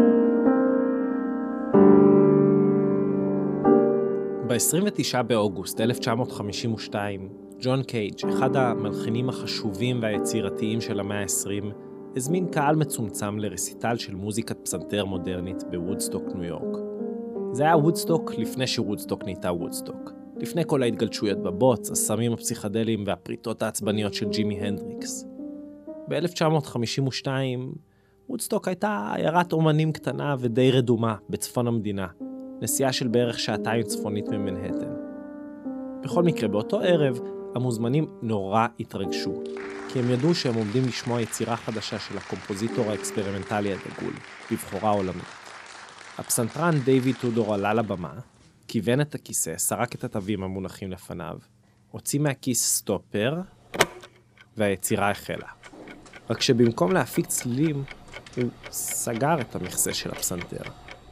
ב-29 באוגוסט 1952, ג'ון קייג', אחד המלחינים החשובים והיצירתיים של המאה ה-20, הזמין קהל מצומצם לרסיטל של מוזיקת פסנתר מודרנית בוודסטוק, ניו יורק. זה היה וודסטוק לפני שוודסטוק נהייתה וודסטוק. לפני כל ההתגלשויות בבוץ, הסמים הפסיכדליים והפריטות העצבניות של ג'ימי הנדריקס. ב-1952, וודסטוק הייתה עיירת אומנים קטנה ודי רדומה בצפון המדינה, נסיעה של בערך שעתיים צפונית ממנהטן. בכל מקרה, באותו ערב, המוזמנים נורא התרגשו, כי הם ידעו שהם עומדים לשמוע יצירה חדשה של הקומפוזיטור האקספרימנטלי הדגול, בבחורה עולמית. הפסנתרן דיוויד טודור עלה לבמה, כיוון את הכיסא, סרק את התווים המונחים לפניו, הוציא מהכיס סטופר, והיצירה החלה. רק שבמקום להפיק צלילים, הוא סגר את המכסה של הפסנתר.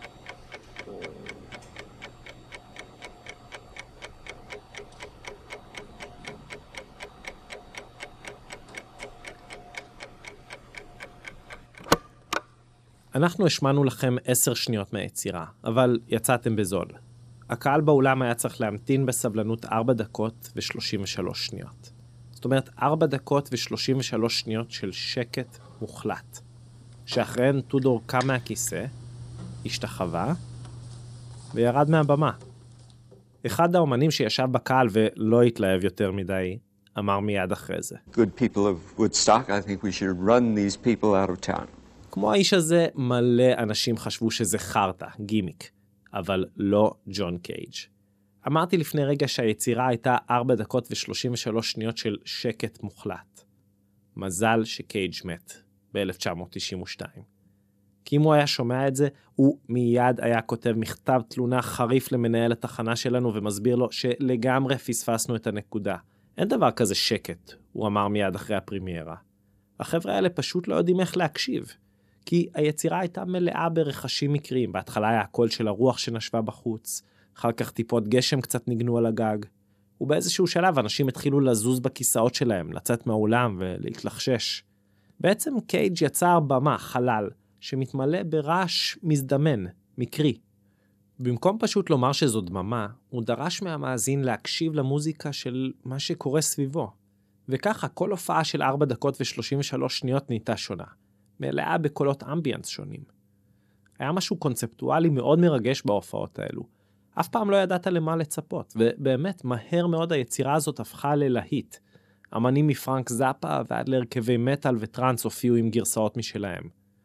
אנחנו השמענו לכם 10 שניות מהיצירה, אבל יצאתם בזול. הקהל באולם היה צריך להמתין בסבלנות 4 דקות ו-33 שניות. זאת אומרת, 4 דקות ו-33 שניות של שקט מוחלט. שאחריהן טודור קם מהכיסא, השתחווה, וירד מהבמה. אחד האומנים שישב בקהל ולא התלהב יותר מדי, אמר מיד אחרי זה. Good people of Woodstock, I think we should run these people out of town. כמו האיש הזה, מלא אנשים חשבו שזה חרטה, גימיק, אבל לא ג'ון קייג'. אמרתי לפני רגע שהיצירה הייתה 4 דקות ו-33 שניות של שקט מוחלט. מזל שקייג' מת ב-1992. כי אם הוא היה שומע את זה, הוא מיד היה כותב מכתב תלונה חריף למנהל התחנה שלנו ומסביר לו שלגמרי פספסנו את הנקודה. אין דבר כזה שקט, הוא אמר מיד אחרי הפרימיירה. החבר'ה האלה פשוט לא יודעים איך להקשיב. כי היצירה הייתה מלאה ברכשים מקריים. בהתחלה היה הקול של הרוח שנשבה בחוץ, אחר כך טיפות גשם קצת ניגנו על הגג, ובאיזשהו שלב אנשים התחילו לזוז בכיסאות שלהם, לצאת מהאולם ולהתלחשש. בעצם קייג' יצר במה, חלל, שמתמלא ברעש מזדמן, מקרי. במקום פשוט לומר שזו דממה, הוא דרש מהמאזין להקשיב למוזיקה של מה שקורה סביבו. וככה כל הופעה של 4 דקות ו-33 שניות נהייתה שונה. מלאה בקולות אמביאנס שונים. היה משהו קונספטואלי מאוד מרגש בהופעות האלו. אף פעם לא ידעת למה לצפות, ובאמת מהר מאוד היצירה הזאת הפכה ללהיט. אמנים מפרנק זאפה ועד להרכבי מטל וטרנס הופיעו עם גרסאות משלהם.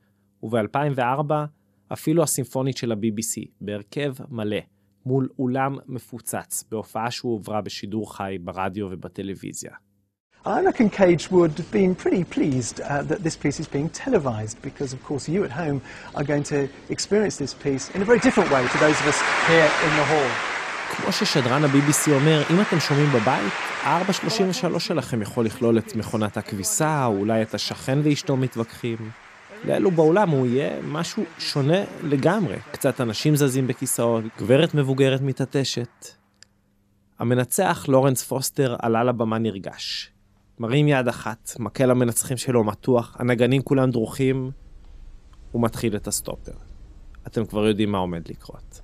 וב-2004 אפילו הסימפונית של ה-BBC, בהרכב מלא, מול אולם מפוצץ, בהופעה שהוא עוברה בשידור חי ברדיו ובטלוויזיה. I reckon Cage would have been pretty pleased that this piece is being televised, because of course you at home are going to experience this piece in a very different way to those of us here in the hall. כמו ששדרן ה-BBC אומר, אם אתם שומעים בבית, 4.33 שלכם יכול לכלול את מכונת הכביסה, או אולי את השכן ואשתו מתווכחים. לאלו באולם הוא יהיה משהו שונה לגמרי. קצת אנשים זזים בכיסאות, גברת מבוגרת מתעטשת. המנצח לורנס פוסטר עלה לבמה נרגש. מרים יד אחת, מקל המנצחים שלו מתוח, הנגנים כולם דרוכים, הוא מתחיל את הסטופר. אתם כבר יודעים מה עומד לקרות.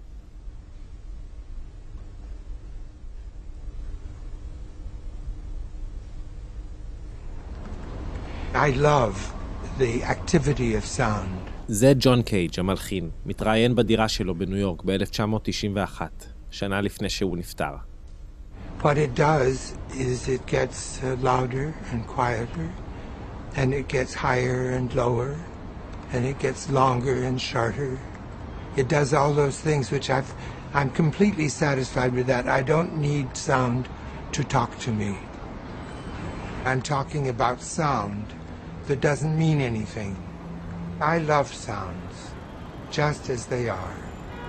I love the activity of sound. זה ג'ון קייג' המלחין, מתראיין בדירה שלו בניו יורק ב-1991, שנה לפני שהוא נפטר. What it does is it gets louder and quieter, and it gets higher and lower, and it gets longer and shorter. It does all those things which I'm completely satisfied with that. I don't need sound to talk to me. I'm talking about sound that doesn't mean anything. I love sounds, just as they are.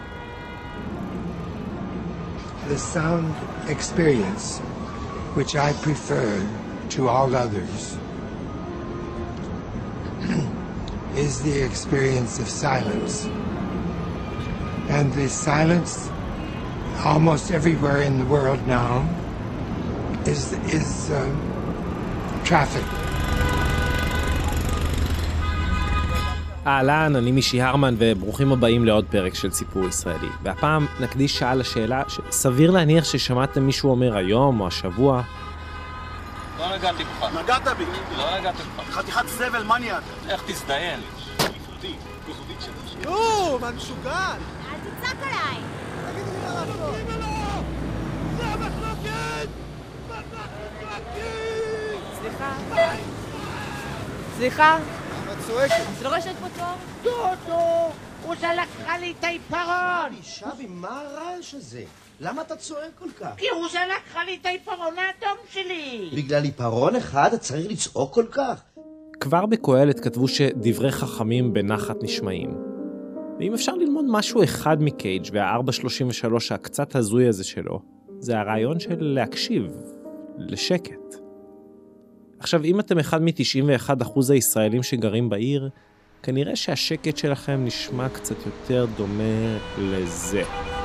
The sound experience, which I prefer to all others, is the experience of silence. And the silence, almost everywhere in the world now, is traffic. אהלן, אני מישי הרמן וברוכים הבאים לעוד פרק של סיפור ישראלי. והפעם נקדיש שעה לשאלה שסביר להניח ששמעתם מישהו אומר היום או השבוע. לא נגעתי בך. נגעת בי. לא נגעתי בך. חתיכת זבל, מה נהיה? איך תזדיין? נו, מה משוגע? אל תצעק עליי. תגידי לי מה לעשות. זה המחלוקת! סליחה? למה צועקת? את לא רשת פה תואר? דודו! הוא שלקחה לי את העיפרון! שבי, מה הרעש הזה? למה אתה צועק כל כך? כי הוא שלקחה לי את העיפרון האדום שלי! בגלל עיפרון אחד אתה צריך לצעוק כל כך? כבר בקהלת כתבו שדברי חכמים בנחת נשמעים. ואם אפשר ללמוד משהו אחד מקייג' וה-433 הקצת הזוי הזה שלו, זה הרעיון של להקשיב, לשקט. עכשיו, אם אתם אחד מ-91% הישראלים שגרים בעיר, כנראה שהשקט שלכם נשמע קצת יותר דומה לזה.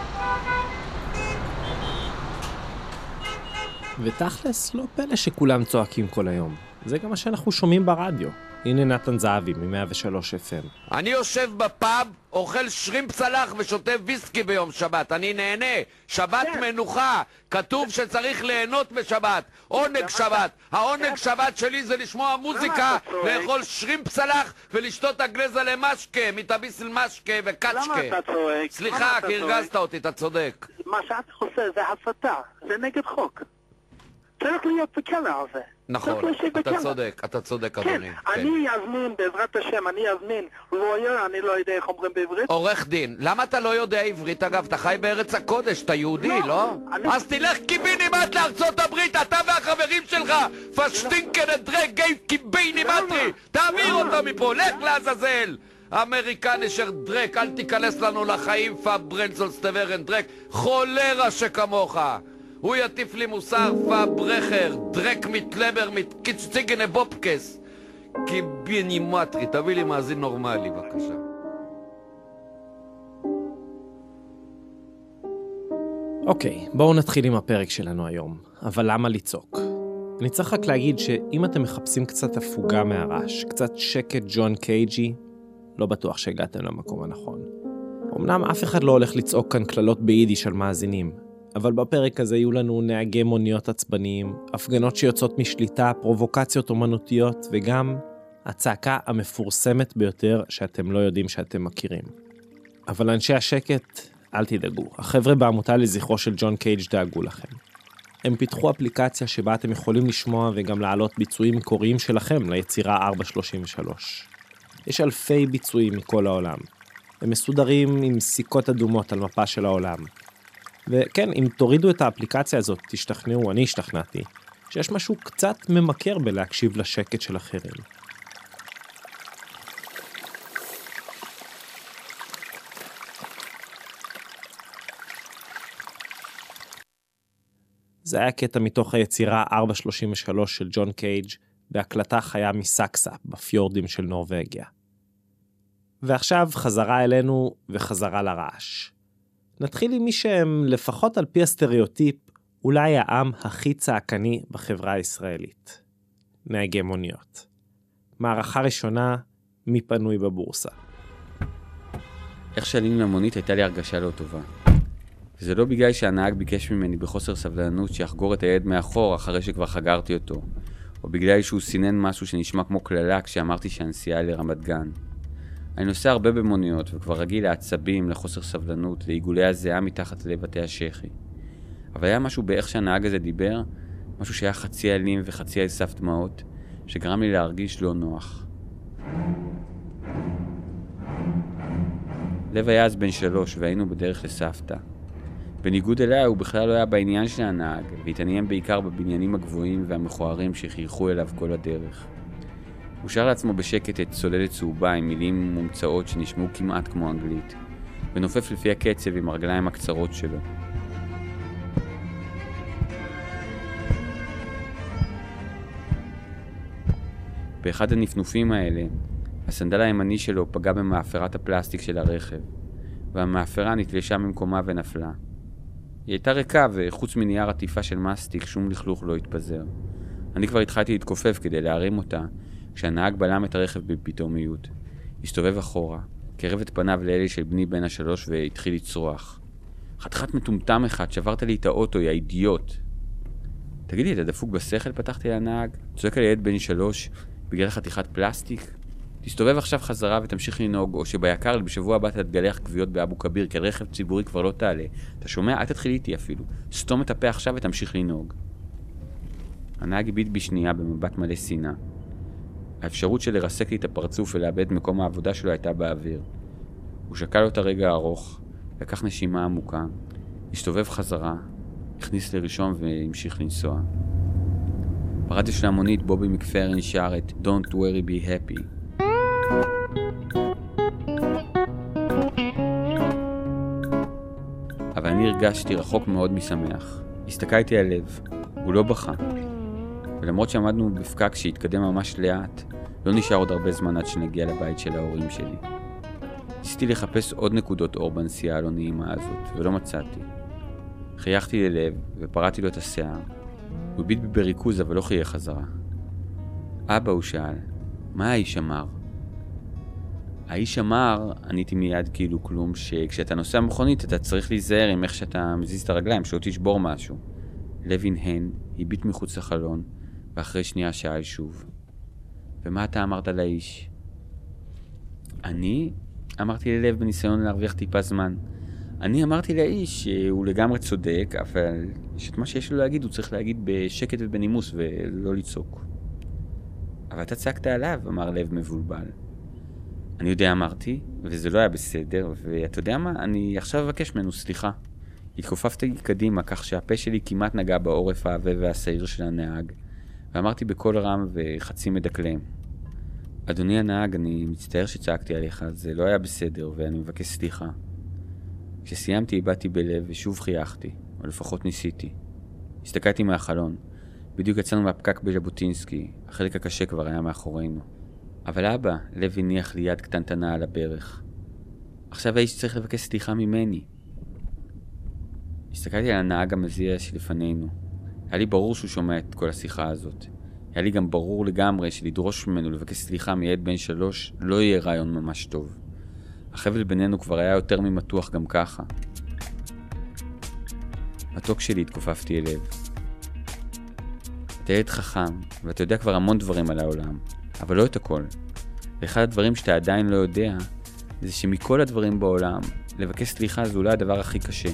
ותכלס, לא פלא שכולם צועקים כל היום. זה גם מה שאנחנו שומעים ברדיו. הנה נתן זהבי מ-103 FM. אני יושב בפאב, אוכל שרימפ צלח ושותה ויסקי ביום שבת. אני נהנה. שבת מנוחה. כתוב שצריך ליהנות בשבת. עונג שבת. העונג שבת שלי זה לשמוע מוזיקה, לאכול שרימפ צלח ולשתות הגלזה למשקה, מתביס למשקה וקצ'קה. למה אתה צועק? סליחה, כי הרגזת אותי, אתה צודק. מה שאתה עושה זה הסתה, זה נגד חוק. צריך להיות בכלא על זה. נכון, אתה צודק, אדוני. אני אזמין, בעזרת השם, אני אזמין לויר, אני לא יודע איך אומרים בעברית. עורך דין, למה אתה לא יודע עברית? אגב, אתה חי בארץ הקודש, אתה יהודי, לא? אז תלך קיבינימט לארצות הברית, אתה והחברים שלך, פשטינקן דרק גייב קיבינימטרי, תעביר אותו מפה, לך לעזאזל! אמריקני שר דרק, אל תיכנס לנו לחיים, פברנצול סטברן דרק, חולרה שכמוך! הוא יטיף לי מוסר פברחר, דרק מתלבר, מתקיצציגן בופקס. קיבינימטרי, תביא לי מאזין נורמלי, בבקשה. אוקיי, בואו נתחיל עם הפרק שלנו היום. אבל למה לצעוק? אני צריך רק להגיד שאם אתם מחפשים קצת הפוגה מהרעש, קצת שקט ג'ון קייג'י, לא בטוח שהגעתם למקום הנכון. אמנם אף אחד לא הולך לצעוק כאן כללות ביידיש על מאזינים, אבל בפרק הזה יהיו לנו נהגי מוניות עצבניים, הפגנות שיוצאות משליטה, פרובוקציות אומנותיות, וגם הצעקה המפורסמת ביותר שאתם לא יודעים שאתם מכירים. אבל אנשי השקט, אל תדאגו. החבר'ה בעמותה לזכרו של ג'ון קייג' דאגו לכם. הם פיתחו אפליקציה שבה אתם יכולים לשמוע וגם להעלות ביצועים מקוריים שלכם ליצירה 433. יש אלפי ביצועים מכל העולם. הם מסודרים עם סיכות אדומות על מפה של העולם. וכן, אם תורידו את האפליקציה הזאת, תשתכנעו, אני השתכנעתי, שיש משהו קצת ממכר בלהקשיב לשקט של אחרים. זה היה קטע מתוך היצירה 433 של ג'ון קייג' בהקלטה חיה מסקסה, בפיורדים של נורווגיה. ועכשיו חזרה אלינו וחזרה לרעש. נתחיל עם מי שהם, לפחות על פי הסטריאוטיפ, אולי העם הכי צעקני בחברה הישראלית. נהגי מוניות. מערכה ראשונה, מי פנוי בבורסה. איך שעלינו למונית הייתה לי הרגשה לא טובה. וזה לא בגלל שהנהג ביקש ממני בחוסר סבלנות שיחגור את היד מאחור אחרי שכבר חגרתי אותו, או בגלל שהוא סינן משהו שנשמע כמו כללה כשאמרתי שהנסיעה לרמת גן. אני נוסע הרבה במוניות וכבר רגיל לעצבים, לחוסר סבלנות, לעיגולי הזיעה מתחת לבתי השכי. אבל היה משהו באיך שהנהג הזה דיבר, משהו שהיה חצי אלים וחצי על סף דמעות, שגרם לי להרגיש לא נוח. לב היה אז בן 3 והיינו בדרך לסבתא. בניגוד אליה הוא בכלל לא היה בעניין של הנהג, והתעניין בעיקר בבניינים הגבוהים והמכוערים שחייכו אליו כל הדרך. הוא שר לעצמו בשקט את צוללת צהובה עם מילים מומצאות שנשמעו כמעט כמו אנגלית, ונופף לפי הקצב עם הרגליים הקצרות שלו. באחד הנפנופים האלה, הסנדל הימני שלו פגע במאפרת הפלסטיק של הרכב, והמאפרה נתלשה ממקומה ונפלה. היא הייתה ריקה וחוץ מנייר עטיפה של מסטיק שום לכלוך לא התפזר. אני כבר התחלתי להתכופף כדי להרים אותה, כשהנהג בלם את הרכב בפתאומיות. הסתובב אחורה, קרב את פניו לאלי של בני בן 3 והתחיל לצרוח. חתיכת מטומטם אחד, שברת לי את האוטו, יא אידיוט. תגידי, אתה דפוק בשכל? פתחתי לנהג. צועק על ילד בן 3 בגלל חתיכת פלסטיק? תסתובב עכשיו חזרה ותמשיך לנהוג, או שביקר לי בשבוע הבא תתגלח כוויות באבו כביר, כי רכב ציבורי כבר לא תעלה. אתה שומע? אל תתחיל איתי אפילו. סתום את הפה עכשיו ותמשיך לנהוג. הנהג הביט בשנייה במבט מלא שנאה. האפשרות של לרסק לי את הפרצוף ולאבד מקום העבודה שלו הייתה באוויר. הוא שקל אותה רגע ארוך, לקח נשימה עמוקה, הסתובב חזרה, הכניס לראשון והמשיך לנסוע. ברדיו של המונית בובי מקפרין שר את Don't worry be happy. אבל אני הרגשתי רחוק מאוד משמח. הסתכלתי על לב, הוא לא בכה. ולמרות שעמדנו בפקק שהתקדם ממש לאט, לא נשאר עוד הרבה זמן עד שנגיע לבית של ההורים שלי. ניסיתי לחפש עוד נקודות אור בנסיעה הלא נעימה הזאת, ולא מצאתי. חייכתי ללב ופרעתי לו את השיער. הוא הביט בריכוז אבל לא חייך חזרה. אבא, הוא שאל, מה האיש אמר? האיש אמר, עניתי מיד כאילו כלום, שכשאתה נוסע מכונית אתה צריך להיזהר עם איך שאתה מזיז את הרגליים, שלא תשבור משהו. לב הנהן, הביט מחוץ לחלון, ואחרי שנייה שאל שוב. ומה אתה אמרת לאיש? אני? אמרתי ללב בניסיון להרוויח טיפה זמן. אני אמרתי לאיש שהוא לגמרי צודק, אבל שאת מה שיש לו להגיד הוא צריך להגיד בשקט ובנימוס ולא לצעוק. אבל אתה צעקת עליו, אמר לב מבולבל. אני יודע אמרתי, וזה לא היה בסדר, ואתה יודע מה? אני עכשיו אבקש ממנו סליחה. התכופפתי קדימה כך שהפה שלי כמעט נגע בעורף העבה והשעיר של הנהג, ואמרתי בקול רם וחצי מדקלם. אדוני הנהג, אני מצטער שצעקתי עליך, זה לא היה בסדר, ואני מבקש סליחה. כשסיימתי הבאתי בלב ושוב חייכתי, או לפחות ניסיתי. הסתכלתי מהחלון. בדיוק יצאנו מהפקק בז'בוטינסקי, החלק הקשה כבר היה מאחורינו. אבל אבא, לב הניח לי יד קטנטנה על הברך. עכשיו האיש צריך לבקש סליחה ממני. הסתכלתי על הנהג המזיע שלפנינו. היה לי ברור שהוא שומע את כל השיחה הזאת. היה לי גם ברור לגמרי שלדרוש ממנו לבקש סליחה מילד בן 3 לא יהיה רעיון ממש טוב. החבל בינינו כבר היה יותר ממתוח גם ככה. מתוק שלי התכופפתי אליו. אתה ילד חכם, ואתה יודע כבר המון דברים על העולם, אבל לא את הכל. ואחד הדברים שאתה עדיין לא יודע, זה שמכל הדברים בעולם, לבקש סליחה זה אולי הדבר הכי קשה.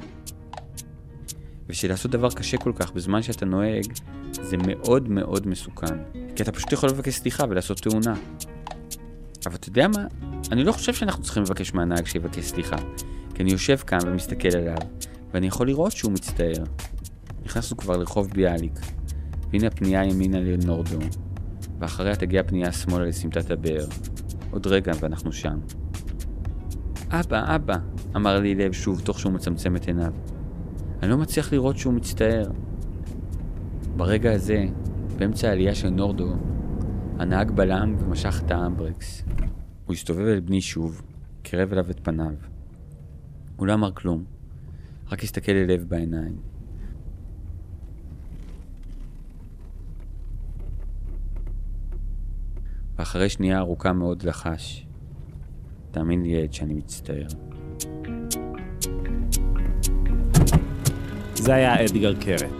ושלעשות דבר קשה כל כך בזמן שאתה נוהג, זה מאוד מאוד מסוכן. כי אתה פשוט יכול לבקש סליחה ולעשות תאונה. אבל אתה יודע מה? אני לא חושב שאנחנו צריכים לבקש מהנהג שיבקש סליחה. כי אני יושב כאן ומסתכל עליו, ואני יכול לראות שהוא מצטער. נכנסנו כבר לרחוב ביאליק. והנה הפנייה ימינה לנורדו. ואחריה תגיע פנייה שמאלה לסמטת הבאר. עוד רגע ואנחנו שם. אבא, אבא, אמר לי לב שוב תוך שהוא מצמצם את עיניו. אני לא מצליח לראות שהוא מצטער. ברגע הזה, באמצע העלייה של נורדו, הנהג בלם ומשך את האמברקס. הוא הסתובב אל בני שוב, קרב אליו את פניו. הוא לא אמר כלום, רק הסתכל ללב בעיניים. ואחרי שנייה ארוכה מאוד לחש. תאמין לי ילד שאני מצטער. זה היה אדגר קרת.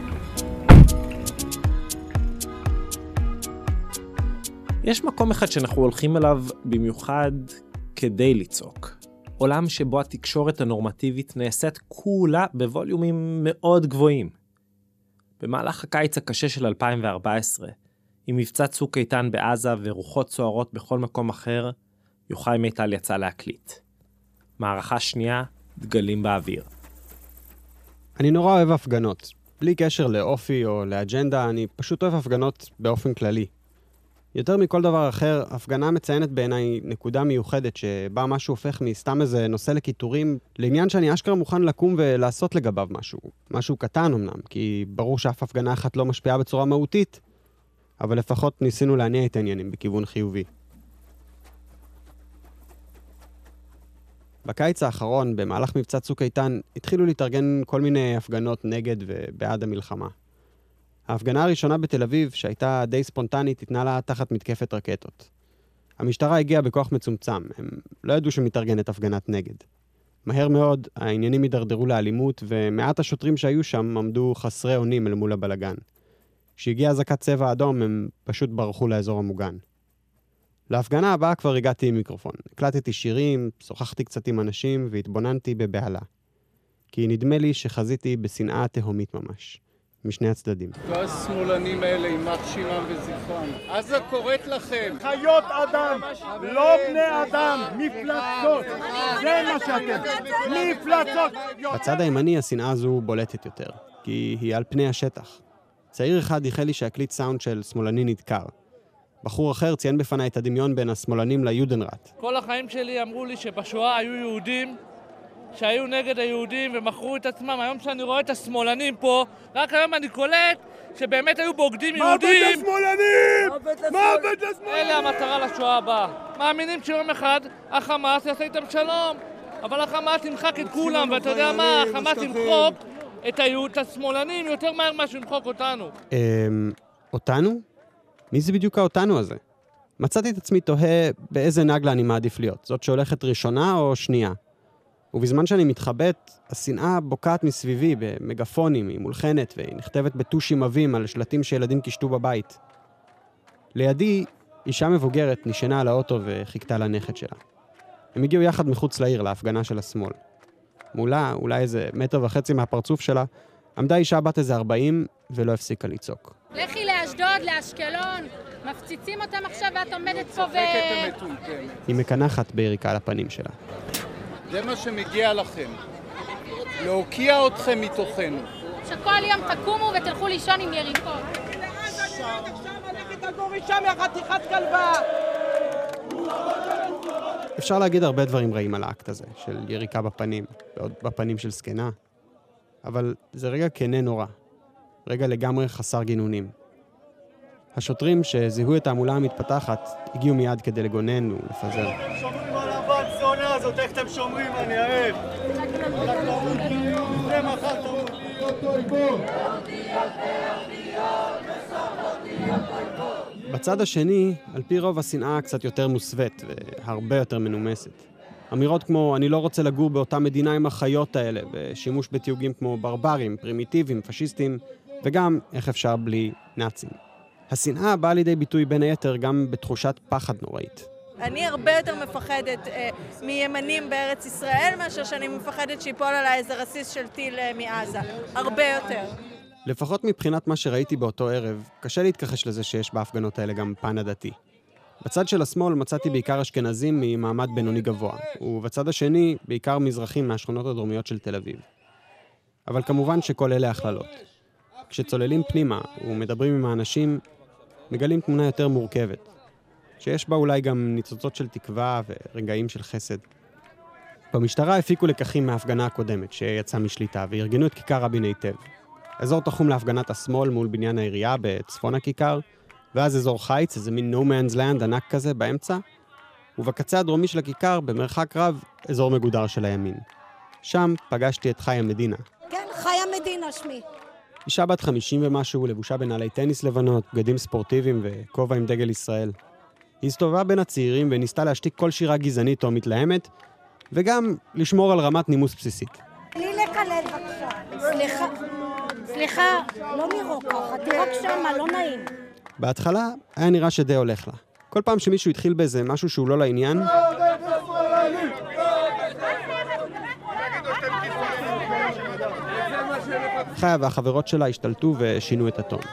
יש מקום אחד שאנחנו הולכים אליו במיוחד כדי לצעוק. עולם שבו התקשורת הנורמטיבית נעשית כולה בווליומים מאוד גבוהים. במהלך הקיץ הקשה של 2014, עם מבצע צוק איתן בעזה ורוחות סוערות בכל מקום אחר, יוחאי מיטל יצא להקליט. מערכה שנייה, דגלים באוויר. אני נורא אוהב הפגנות. בלי קשר לאופי או לאג'נדה, אני פשוט אוהב הפגנות באופן כללי. יותר מכל דבר אחר, הפגנה מציינת בעיניי נקודה מיוחדת שבה משהו הופך מסתם איזה נושא לכיתורים לעניין שאני אשכרה מוכן לקום ולעשות לגביו משהו. משהו קטן אמנם, כי ברור שאף הפגנה אחת לא משפיעה בצורה מהותית, אבל לפחות ניסינו להניע את העניינים בכיוון חיובי. בקיץ האחרון, במהלך מבצע צוק איתן, התחילו להתארגן כל מיני הפגנות נגד ובעד המלחמה. ההפגנה הראשונה בתל אביב, שהייתה די ספונטנית, התנהלה תחת מתקפת רקטות. המשטרה הגיעה בכוח מצומצם, הם לא ידעו שמתארגנת הפגנת נגד. מהר מאוד העניינים הידרדרו לאלימות, ומעט השוטרים שהיו שם עמדו חסרי אונים אל מול הבלגן. כשהגיעה אזעקת צבע אדום, הם פשוט ברחו לאזור המוגן. להפגנה הבאה כבר הגעתי עם מיקרופון. הקלטתי שירים, שוחחתי קצת עם אנשים והתבוננתי בבהלה. כי נדמה לי שחזיתי בשנאה תהומית ממש. משני הצדדים. והשמאלנים האלה יימח שמם וזכרם. עזה קוראת לכם. חיות אדם, לא בני אדם, מפלצות. זה מה שאתם, מפלצות. בצד הימני השנאה הזו בולטת יותר, כי היא על פני השטח. צעיר אחד ייחל לי שהקליט סאונד של שמאלני נדקר. בחור אחר ציין בפני את הדמיון בין השמאלנים ליודנראט. כל החיים שלי אמרו לי שבשואה היו יהודים שהיו נגד היהודים ומכרו את עצמם. היום שאני רואה את השמאלנים פה, רק היום אני קולט שבאמת היו בוגדים יהודים. מוות לשמאלנים! מוות לשמאלנים! אלה המטרה לשואה הבאה. מאמינים שיום אחד החמאס יעשה איתם שלום, אבל החמאס ימחק את כולם, ואתה יודע מה? החמאס ימחוק את השמאלנים יותר מהר מה שימחוק אותנו. אותנו? מי זה בדיוק האותנו הזה? מצאתי את עצמי תוהה באיזה נגלה אני מעדיף להיות, זאת שהולכת ראשונה או שנייה. ובזמן שאני מתחבט, השנאה בוקעת מסביבי במגפונים, היא מולחנת והיא נכתבת בטושים עבים על שלטים שילדים קשטו בבית. לידי, אישה מבוגרת נשענה על האוטו וחיכתה לנכד שלה. הם הגיעו יחד מחוץ לעיר להפגנה של השמאל. מולה, אולי איזה 1.5 מטר מהפרצוף שלה, עמדה אישה בת איזה 40 ולא הפסיקה לצעוק. לכי לאשדוד, לאשקלון, מפציצים אותם עכשיו ואת עומדת פה היא מקנחת ביריקה על הפנים שלה. זה מה שמגיע לכם. להוקיע אתכם מתוכנו. שכל יום תקומו ותלכו לישון עם יריקות. אפשר להגיד הרבה דברים רעים על האקט הזה, של יריקה בפנים, ועוד בפנים של סקנה. אבל זה רגע כנה נורא. רגע לגמרי חסר גינונים. השוטרים שזיהו את העמולה המתפתחת הגיעו מיד כדי לגונן ולפזר. שומרים על הבת זונה הזאת, איך אתם שומרים? אני אוהב. זה מחר תמות. בצד השני, על פי רוב השנאה קצת יותר מוסווית והרבה יותר מנומסת. אמירות כמו אני לא רוצה לגור באותה מדינה עם החיות האלה, ושימוש בתיוגים כמו ברברים, פרימיטיביים, פשיסטים, וגם איך אפשר בלי נאצים. השנאה באה לידי ביטוי בין היתר גם בתחושת פחד נוראית. אני הרבה יותר מפחדת מימנים בארץ ישראל, מאשר שאני מפחדת שיפול עליי איזה רסיס של טיל מעזה. הרבה יותר. לפחות מבחינת מה שראיתי באותו ערב, קשה להתכחש לזה שיש בהפגנות האלה גם פן הדתי. בצד של השמאל מצאתי בעיקר אשכנזים ממעמד בינוני גבוה, ובצד השני בעיקר מזרחים מהשכונות הדרומיות של תל אביב. אבל כמובן שכל אלה הכללות. כשצוללים פנימה ומדברים עם האנשים, מגלים תמונה יותר מורכבת, שיש בה אולי גם ניצוצות של תקווה ורגעים של חסד. במשטרה הפיקו לקחים מההפגנה הקודמת שיצאה משליטה וארגנו את כיכר רבין היטב. אזור תחום להפגנת השמאל מול בניין העירייה בצפון הכיכר, ואז אזור חיץ, איזה מין no man's land ענק כזה באמצע, ובקצה הדרומי של הכיכר, במרחק רב, אזור מגודר של הימין. שם פגשתי את חיה מדינה. כן, חיה מדינה שמי. אישה בת 50 ומשהו, לבושה בנעלי טניס לבנות, בגדים ספורטיביים וכובע עם דגל ישראל. היא הסתובבה בין הצעירים וניסתה להשתיק כל שירה גזענית או מתלהמת, וגם לשמור על רמת נימוס בסיסית. בלי לקלל בבקשה. סליחה, לא נראו ככה, תראה שמה, לא נעים. בהתחלה היה נראה שדי הולך לה. כל פעם שמישהו התחיל באיזה משהו שהוא לא לעניין, חיה והחברות שלה השתלטו ושינו את הטון.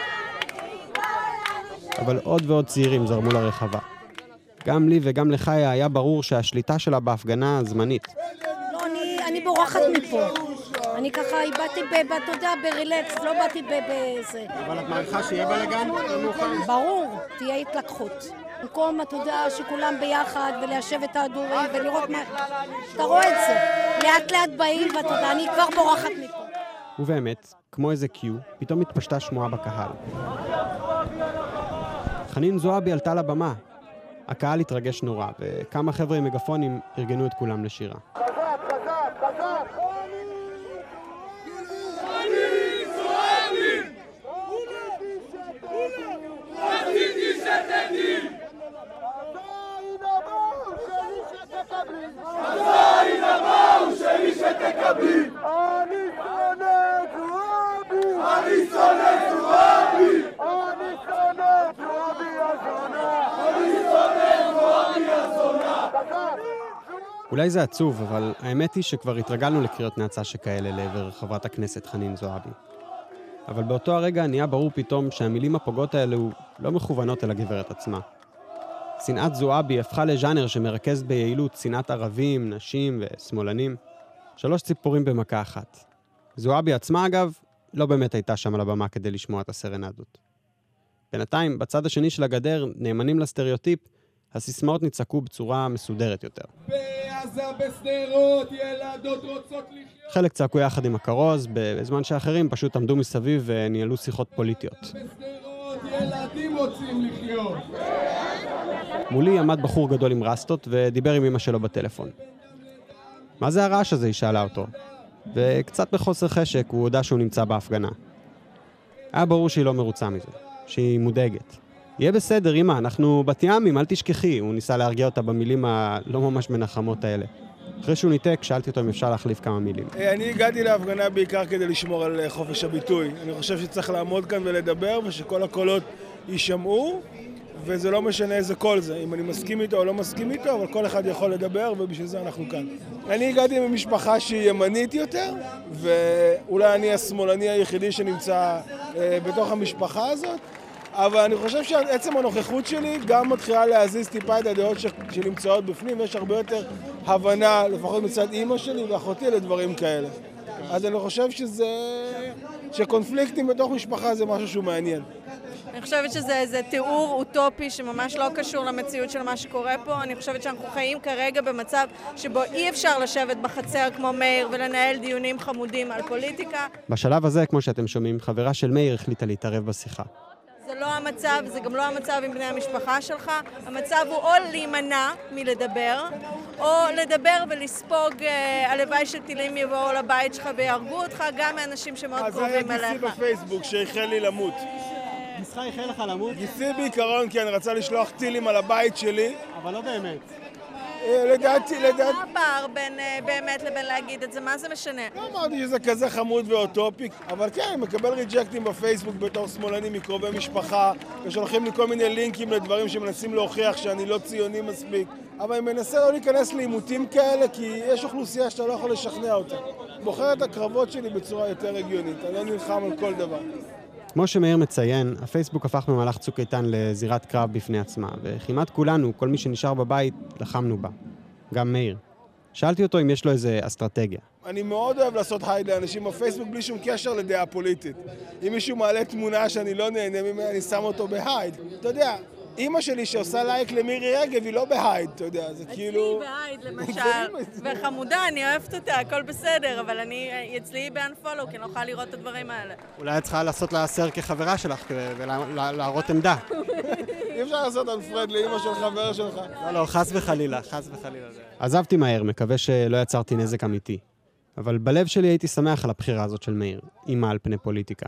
אבל עוד ועוד צעירים זרמו לרחבה. גם לי וגם לחיה היה ברור שהשליטה שלה בהפגנה זמנית. לא, אני בורחת מפה. אני ככה באתי בתודה ברילקס, לא באתי בזה. אבל את מעריכה שיהיה בלגן? ברור, תהיה התלקחות. במקום התודה שכולם ביחד וליישב את ההדורים ולראות מה... אתה רואה את זה. לאט לאט באים והתודה, אני כבר בורחת מפה. ובאמת, כמו איזה קיו, פתאום התפשטה שמועה בקהל. חנין זועבי עלתה לבמה. הקהל התרגש נורא, וכמה חבר'ה עם מגפונים ארגנו את כולם לשירה. אולי זה עצוב, אבל האמת היא שכבר התרגלנו לקריאות נאצה שכאלה לעבר חברת הכנסת חנין זועבי. אבל באותו הרגע נהיה ברור פתאום שהמילים הפוגעות האלו לא מכוונות אל הגברת עצמה. שנאת זועבי הפכה לז'אנר שמרכז ביעילות שנאת ערבים, נשים ושמאלנים. 3 ציפורים במכה אחת. זועבי עצמה, אגב, לא באמת הייתה שם על הבמה כדי לשמוע את הסרנדות. בינתיים, בצד השני של הגדר, נאמנים לסטריאוטיפ, הסיסמאות ניצקו בצורה מסודרת יותר. בעזה בסדרות, ילדות רוצות לחיות. חלק צעקו יחד עם הכרוז, בזמן שאחרים פשוט עמדו מסביב וניהלו שיחות פוליטיות. בסדרות, ילדים רוצים לחיות. מולי עמד בחור גדול עם רסטות ודיבר עם אמא שלו בטלפון. מה זה הרעש הזה? היא שאלה אותו. וקצת בחוסר חשק הוא הודע שהוא נמצא בהפגנה. היה ברור שהיא לא מרוצה מזה, שהיא מודאגת. יהיה בסדר, אמא, אנחנו בת ימים, אל תשכחי. הוא ניסה להרגיע אותה במילים הלא ממש מנחמות האלה. אחרי שהוא ניתק, שאלתי אותו אם אפשר להחליף כמה מילים. אני הגעתי להפגנה בעיקר כדי לשמור על חופש הביטוי. אני חושב שצריך לעמוד כאן ולדבר, ושכל הקולות יישמעו, וזה לא משנה איזה קול זה, אם אני מסכים איתו או לא מסכים איתו, אבל כל אחד יכול לדבר, ובשביל זה אנחנו כאן. אני הגעתי ממשפחה שהיא ימנית יותר, ואולי אני השמאלני היחידי שנמצא בתוך המשפחה הזאת, אבל אני חושב שעצם הנוכחות שלי גם מתחילה להזיז טיפה את הדעות שנמצאות בפנים, ויש הרבה יותר הבנה, לפחות מצד אמא שלי ואחותי, לדברים כאלה. אז אני חושב שקונפליקטים בתוך משפחה זה משהו שהוא מעניין. אני חושבת שזה איזה תיאור אוטופי שממש לא קשור למציאות של מה שקורה פה. אני חושבת שאנחנו חיים כרגע במצב שבו אי אפשר לשבת בחצר כמו מאיר ולנהל דיונים חמודים על פוליטיקה. בשלב הזה, כמו שאתם שומעים, חברה של מאיר החליטה להתערב בשיחה. זה לא המצב, זה גם לא המצב עם בני המשפחה שלך. המצב הוא או להימנע מלדבר, או לדבר ולספוג הלוואי של טילים יבואו לבית שלך ויהרגו אותך, גם מאנשים שמאוד קרובים אליך. אז היה גיסי בפייסבוק שהחל לי למות. גיסך החל לך למות? גיסי בעיקרון כי אני רצה לשלוח טילים על הבית שלי. אבל לא באמת. לדעתי... מה הפער בין באמת לבין להגיד את זה? מה זה משנה? לא אמרתי שזה כזה חמוד ואוטופי, אבל כן, אני מקבל ריג'קטים בפייסבוק בתור שמאלני מקרובי משפחה, ושולחים לי כל מיני לינקים לדברים שמנסים להוכיח שאני לא ציוני מספיק, אבל אני מנסה לא להיכנס לעימותים כאלה, כי יש אוכלוסייה שאתה לא יכול לשכנע אותה. בוחר את הקרבות שלי בצורה יותר הגיונית, אני לא נלחם על כל דבר. כמו שמאיר מציין, הפייסבוק הפך במהלך צוק איתן לזירת קרב בפני עצמה, וכמעט כולנו, כל מי שנשאר בבית, לחמנו בה. גם מאיר. שאלתי אותו אם יש לו איזה אסטרטגיה. אני מאוד אוהב לעשות הייד לאנשים בפייסבוק בלי שום קשר לדעה פוליטית. אם מישהו מעלה תמונה שאני לא נהנה ממנה, אני שם אותו בהייד. אתה יודע, אמא שלי שעושה לייק למירי רגב היא לא בהייד, אתה יודע, זה כאילו... אצלי בהייד למשל, וחמודה, אני אוהבת אותה, הכל בסדר, אבל אצלי היא באנפולו, כי אני לא יכולה לראות את הדברים האלה. אולי את צריכה לעשות לה סר כחברה שלך ולהראות עמדה. אי אפשר לעשות אנפרד לאמא של חבר שלך. לא, חס וחלילה, חס וחלילה. עזבתי מהר, מקווה שלא יצרתי נזק אמיתי. אבל בלב שלי הייתי שמח על הבחירה הזאת של מאיר, אימא על פני פוליטיקה.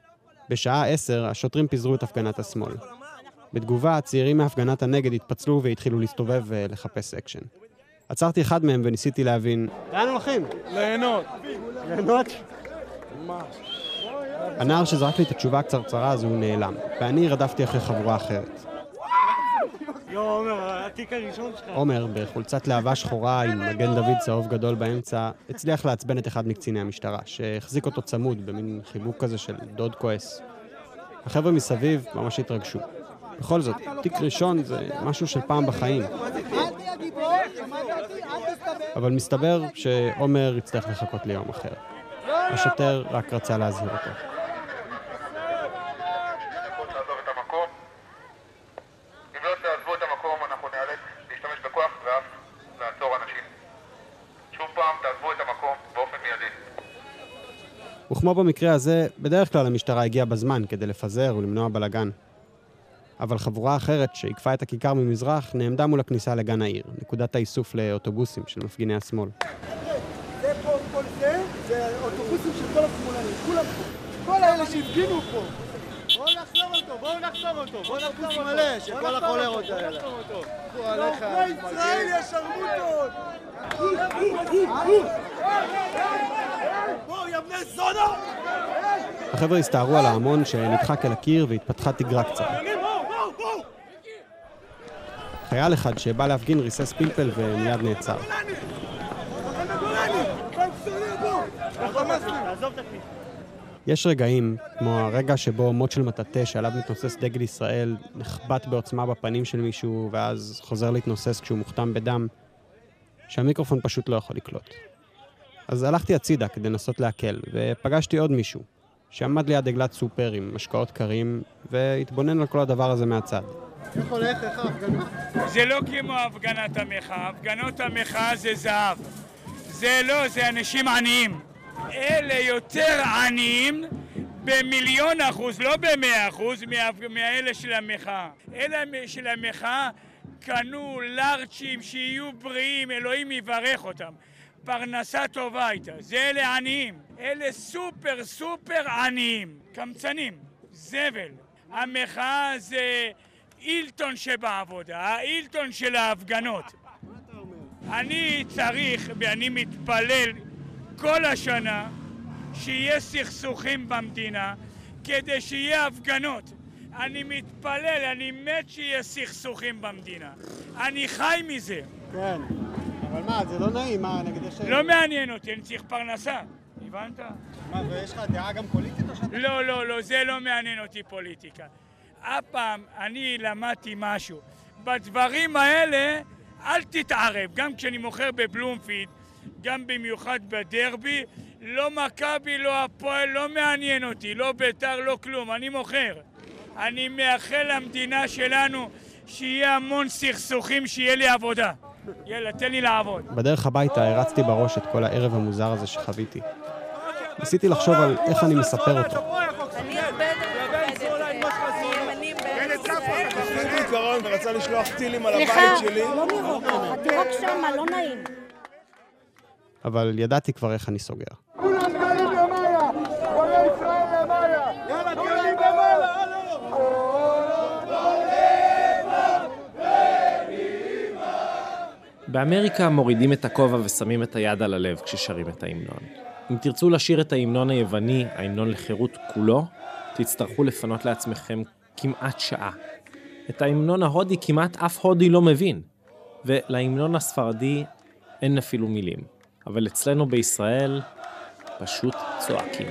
בשעה 10, השוטרים פיזרו את הפגנת השמאל. בתגובה, הצעירים מהפגנת הנגד התפצלו והתחילו להסתובב ולחפש אקשן. עצרתי אחד מהם וניסיתי להבין... לאן הולכים? ליהנות. ליהנות? מה? הנער שזרק לי את התשובה הקצרצרה הזו הוא נעלם, ואני רדפתי אחרי חבורה אחרת. עומר, התיק הראשון שלך. עומר, בחולצת להבה שחורה עם מגן דוד צהוב גדול באמצע, הצליח לעצבן את אחד מקציני המשטרה, שהחזיק אותו צמוד במין חיבוק כזה של דוד כועס. החבר'ה מסביב ממש התרגשו. בכל זאת, תיק ראשון זה משהו של פעם בחיים. אבל מסתבר שעומר יצטרך לחכות ליום אחר. השוטר רק רצה להזהיר אותו. וכמו במקרה הזה, בדרך כלל המשטרה הגיעה בזמן כדי לפזר ולמנוע בלגן. אבל חבורה אחרת שהקפה את הכיכר ממזרח נעמדה מול הכניסה לגן העיר, נקודת האיסוף לאוטובוסים של מפגיני השמאל. זה פה, כל זה אוטובוסים של כל השמאלנים, כולם פה. כל האלה שהפגינו פה. בואו נחסום אותו, בואו נחסום מלא, שכל החולרות האלה. לעוכרי ישראל יש ערמותות! בואו, יא בני זונה! החבר'ה הסתערו על ההמון שנדחק אל הקיר והתפתחה תגרה קצת. חייל אחד שבא להפגין ריסס פלפל ומיד נעצר. יש רגעים, כמו הרגע שבו מוט של מטאטה שעליו מתנוסס דגל ישראל נחבט בעוצמה בפנים של מישהו ואז חוזר להתנוסס כשהוא מוכתם בדם, שהמיקרופון פשוט לא יכול לקלוט. אז הלכתי הצידה כדי לנסות להקל, ופגשתי עוד מישהו, שעמד ליד עגלת סופר עם משקאות קרים, והתבונן על כל הדבר הזה מהצד. איך הולך? איך ההפגנה? זה לא כמו הפגנת המחאה, הפגנות המחאה זה זהב. זה לא, זה אנשים עניים. אלה יותר עניים ב1,000,000%, לא ב100% מאלה של המחאה. אלה של המחאה קנו לארצ'ים שיהיו בריאים, אלוהים יברך אותם. פרנסה טובה הייתה, זה אלה עניים. אלה סופר סופר עניים, קמצנים, זבל. המחאה זה אילטון שבעבודה, האילטון של ההפגנות. אני צריך ואני מתפלל כל השנה שיהיה סכסוכים במדינה כדי שיהיה הפגנות. אני מתפלל, אני מת שיהיה סכסוכים במדינה. אני חי מזה. כן, אבל מה, זה לא נעים, מה, נגיד יש... לא מעניין אותי, אני צריך פרנסה. הבנת? מה, ויש לך דעה גם פוליטית או שאתה... לא, זה לא מעניין אותי פוליטיקה. אף פעם אני למדתי משהו. בדברים האלה אל תתערב. גם כשאני מוכר בבלומפילד, גם במיוחד בדרבי, לא מכבי, לא הפועל, לא מעניין אותי. לא בית"ר, לא כלום. אני מוכר. אני מאחל למדינה שלנו שיהיה המון סכסוכים, שיהיה לי עבודה. יאללה, תן לי לעבוד. בדרך הביתה הרצתי בראש את כל הערב המוזר הזה שחוויתי. ניסיתי לחשוב על איך אני מספר אותו. אני הרבה ימנים בארץ ישראל. תפקיד בעיקרון ורצה לשלוח טילים על הבית שלי. סליחה, לא נראות לך, תירוק שמה, לא נעים. אבל ידעתי כבר איך אני סוגר. כולם גלים למעלה! גולי ישראל למעלה! יאללה, גלים למעלה! באמריקה מורידים את הכובע ושמים את היד על הלב כששרים את ההמנון. אם תרצו לשיר את ההמנון היווני, ההמנון לחירות כולו, תצטרכו לפנות לעצמכם כמעט שעה. את ההמנון ההודי כמעט אף הודי לא מבין, ולהמנון הספרדי אין אפילו מילים. אבל אצלנו בישראל פשוט צועקים.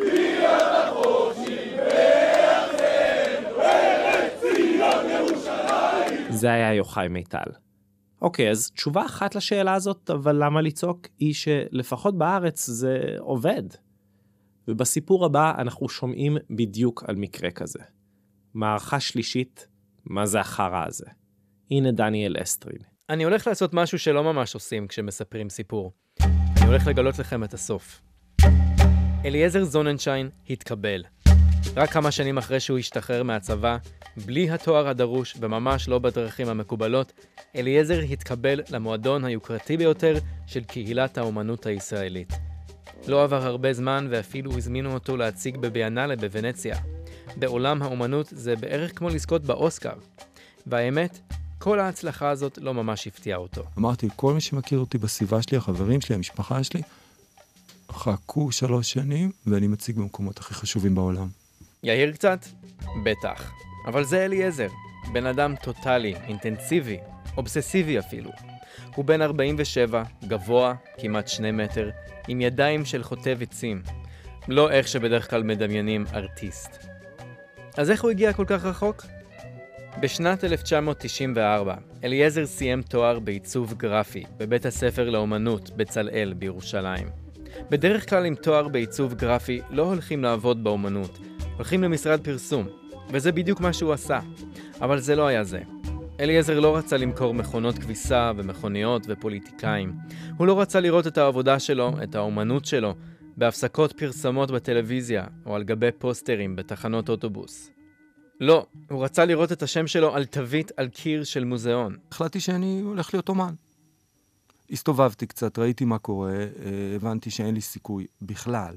זה היה יוחאי מיטל. אוקיי, אז תשובה אחת לשאלה הזאת, אבל למה לצעוק, היא שלפחות בארץ זה עובד. ובסיפור הבא אנחנו שומעים בדיוק על מקרה כזה. מערכה שלישית, מה זה החרא הזה? הנה דניאל אסטרין. אני הולך לעשות משהו שלא ממש עושים כשמספרים סיפור. אני הולך לגלות לכם את הסוף. אליעזר זוננשיין התקבל. רק כמה שנים אחרי שהוא השתחרר מהצבא, בלי התואר הדרוש וממש לא בדרכים המקובלות, אליעזר התקבל למועדון היוקרתי ביותר של קהילת האומנות הישראלית. לא עבר הרבה זמן ואפילו הזמינו אותו להציג בביאנלה בוונציה. בעולם האומנות זה בערך כמו לזכות באוסקר. והאמת, כל ההצלחה הזאת לא ממש הפתיעה אותו. אמרתי, כל מי שמכיר אותי בסביבה שלי, החברים שלי, המשפחה שלי, חכו 3 שנים ואני מציג במקומות הכי חשובים בעולם. יאיר קצת? בטח. אבל זה אליעזר. בן אדם טוטלי, אינטנסיבי, אובססיבי אפילו. הוא בן 47, גבוה, כמעט 2 מטר, עם ידיים של חוטב עצים. לא איך שבדרך כלל מדמיינים ארטיסט. אז איך הוא הגיע כל כך רחוק? בשנת 1994, אליעזר סיים תואר בעיצוב גרפי בבית הספר לאומנות בצלאל בירושלים. בדרך כלל עם תואר בעיצוב גרפי לא הולכים לעבוד באומנות, הולכים למשרד פרסום, וזה בדיוק מה שהוא עשה. אבל זה לא היה זה. אליעזר לא רצה למכור מכונות כביסה ומכוניות ופוליטיקאים. הוא לא רצה לראות את העבודה שלו, את האומנות שלו, בהפסקות פרסמות בטלוויזיה או על גבי פוסטרים בתחנות אוטובוס. לא, הוא רצה לראות את השם שלו על תווית על קיר של מוזיאון. החלטתי שאני הולך להיות אומן. הסתובבתי קצת, ראיתי מה קורה, הבנתי שאין לי סיכוי בכלל.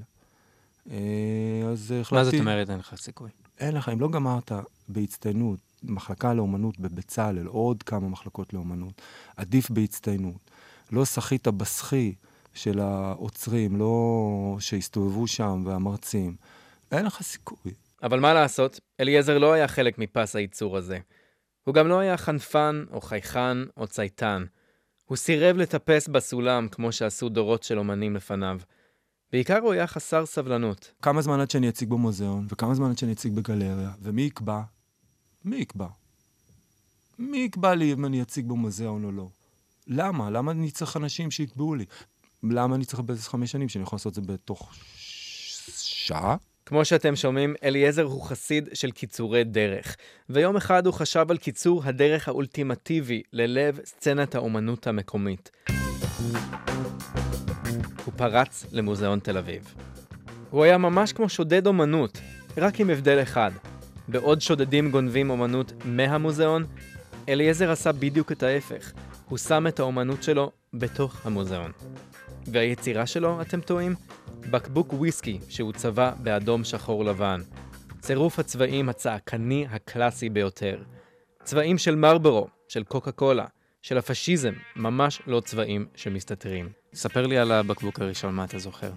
אז החלטתי... מה זאת אומרת אין לך סיכוי? אין לך, אם לא גמרת בהצטיינות, מחלקה לאומנות בבצלאל, עוד כמה מחלקות לאומנות, עדיף בהצטיינות. לא שחית בסחי של העוצרים, לא שהסתובבו שם והמרצים. אין לך סיכוי. אבל מה לעשות? אליעזר לא היה חלק מפס הייצור הזה. הוא גם לא היה חנפן או חייכן או צייתן. הוא סירב לטפס בסולם כמו שעשו דורות של אומנים לפניו. בעיקר הוא היה חסר סבלנות. כמה זמן עד שאני אציג במוזיאון, וכמה זמן עד שאני אציג בגלריה, ומי יקבע? מי יקבע? מי יקבע לי אם אני אציג במוזיאון או לא? למה? למה אני צריך אנשים שיקבעו לי? למה אני צריך באיזה 5 שנים שאני יכול לעשות את זה בתוך שעה? כמו שאתם שומעים, אליעזר הוא חסיד של קיצורי דרך, ויום אחד הוא חשב על קיצור הדרך האולטימטיבי ללב סצנת האומנות המקומית. הוא פרץ למוזיאון תל אביב. הוא היה ממש כמו שודד אומנות, רק עם הבדל אחד. בעוד שודדים גונבים אומנות מהמוזיאון, אליעזר עשה בדיוק את ההפך. הוא שם את האומנות שלו בתוך המוזיאון. והיצירה שלו, אתם טועים? בקבוק וויסקי שהוא צבע באדום שחור לבן. צירוף הצבעים הצעקני הקלאסי ביותר. צבעים של מרברו, של קוקה קולה, של הפשיזם, ממש לא צבעים שמסתתרים. ספר לי על הבקבוק הראשון, מה אתה זוכר?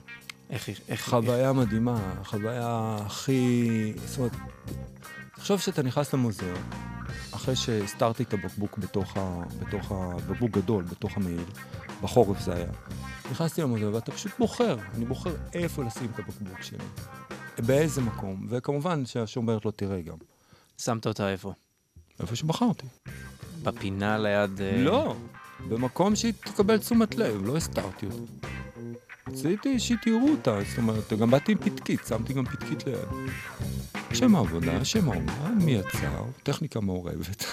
חוויה מדהימה, חוויה הכי... זאת אומרת, תחשוב שאתה נכנס למוזיאון, אחרי שהסתרתי את הבקבוק בתוך הבקבוק גדול, בתוך המעיל, בחורף זה היה. נכנסתי למוזיאון ואתה פשוט בוחר, אני בוחר איפה לשים את הבקבוק שלי. באיזה מקום, וכמובן שהשומרת לא תראה גם. שמת אותה איפה? איפה שבחרתי. בפינה ליד... לא, במקום שהיא תקבל תשומת לב, לא הסתרתי אותה. רציתי שתראו אותה, זאת אומרת, גם באתי עם פתקית, שמתי גם פתקית ליד. שם העבודה, שם האומן, מי יצר, טכניקה מעורבת.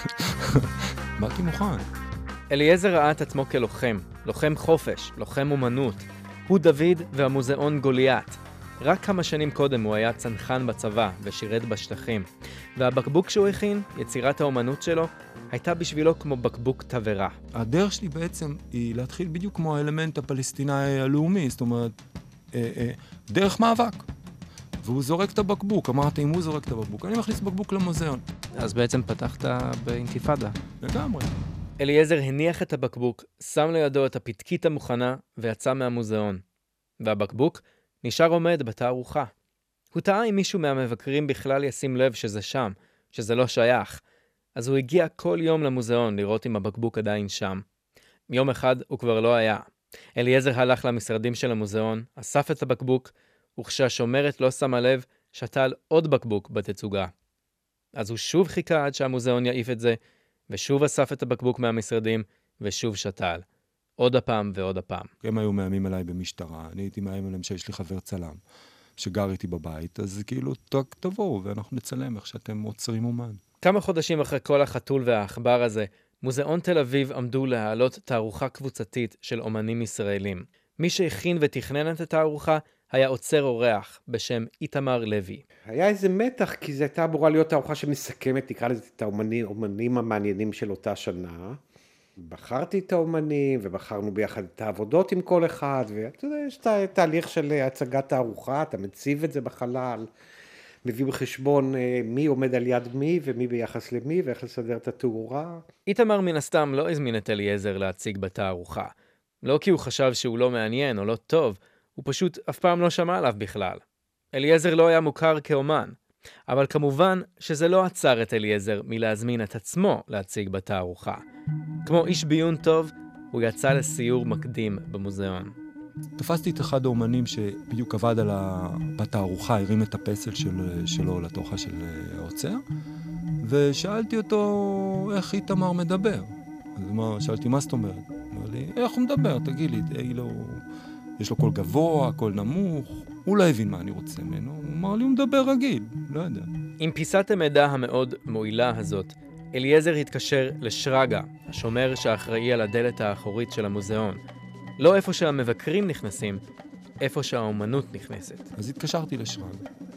באתי מוכן. אליעזר ראה את עצמו כלוחם, לוחם חופש, לוחם אומנות. הוא דוד והמוזיאון גוליית. רק כמה שנים קודם הוא היה צנחן בצבא ושירת בשטחים. והבקבוק שהוא הכין, יצירת האומנות שלו, הייתה בשבילו כמו בקבוק תברה. הדרך שלי בעצם היא להתחיל בדיוק כמו האלמנט הפלסטיני הלאומי, זאת אומרת, דרך מאבק. והוא זורק את הבקבוק, אמרתי, אם הוא זורק את הבקבוק, אני מכניס בקבוק למוזיאון. אז בעצם פתחת באינתיפאדה. לגמרי. אליעזר הניח את הבקבוק, שם לידו את הפתקית המוכנה ויצא מהמוזיאון. והבקבוק נשאר עומד בתערוכה. הוא טעה אם מישהו מהמבקרים בכלל ישים לב שזה שם, שזה לא שייך. אז הוא הגיע כל יום למוזיאון לראות אם הבקבוק עדיין שם. יום אחד הוא כבר לא היה. אליעזר הלך למשרדים של המוזיאון, אסף את הבקבוק, וכשהשומרת לא שמה לב, שתל עוד בקבוק בתצוגה. אז הוא שוב חיכה עד שהמוזיאון יעיף את זה, ושוב אסף את הבקבוק מהמשרדים, ושוב שתל. עוד הפעם ועוד הפעם. הם היו מאיימים עליי במשטרה, אני הייתי מאיים עליהם שיש לי חבר צלם, שגר איתי בבית, אז כאילו, תבואו ואנחנו נצלם איך שאתם עוצרים אומן. כמה חודשים אחרי כל החתול והאחבר הזה, מוזיאון תל אביב עמדו להעלות תערוכה קבוצתית של אומנים ישראלים. מי שהכין ותכנן את התערוכה היה עוצר אורח בשם איתמר לוי. היה איזה מתח, כי זו הייתה אמורה להיות תערוכה שמסכמת, תקרא לזה את האומנים המעניינים של אותה שנה. בחרתי את האומנים, ובחרנו ביחד את העבודות עם כל אחד, ואתה יודע, יש תהליך של הצגת תערוכה, אתה מציב את זה בחלל, מביא בחשבון מי עומד על יד מי, ומי ביחס למי, ואיך לסדר את התאורה. איתמר מן הסתם לא הזמין את אליעזר להציג בתערוכה. לא כי הוא חשב שהוא לא מעניין או לא טוב, הוא פשוט אף פעם לא שמע עליו בכלל. אליעזר לא היה מוכר כאומן, אבל כמובן שזה לא עצר את אליעזר מלהזמין את עצמו להציג בתערוכה. כמו איש ביון טוב, הוא יצא לסיור מקדים במוזיאון. תפסתי את אחד האומנים שבדיוק עבד בתערוכה, הרים את הפסל שלו לתוכה של העוצר, ושאלתי אותו איך איתמר מדבר. אז שאלתי, מה זאת אומרת? אמר לי, איך הוא מדבר? תגיד לי, יש לו קול גבוה, קול נמוך, הוא לא הבין מה אני רוצה ממנו, הוא אמר לי, הוא מדבר רגיל, לא יודע. עם פיסת המידע המאוד מועילה הזאת, אליעזר התקשר לשרגא, השומר שאחראי על הדלת האחורית של המוזיאון. לא איפה שהמבקרים נכנסים, איפה שהאומנות נכנסת. אז התקשרתי לשרגא,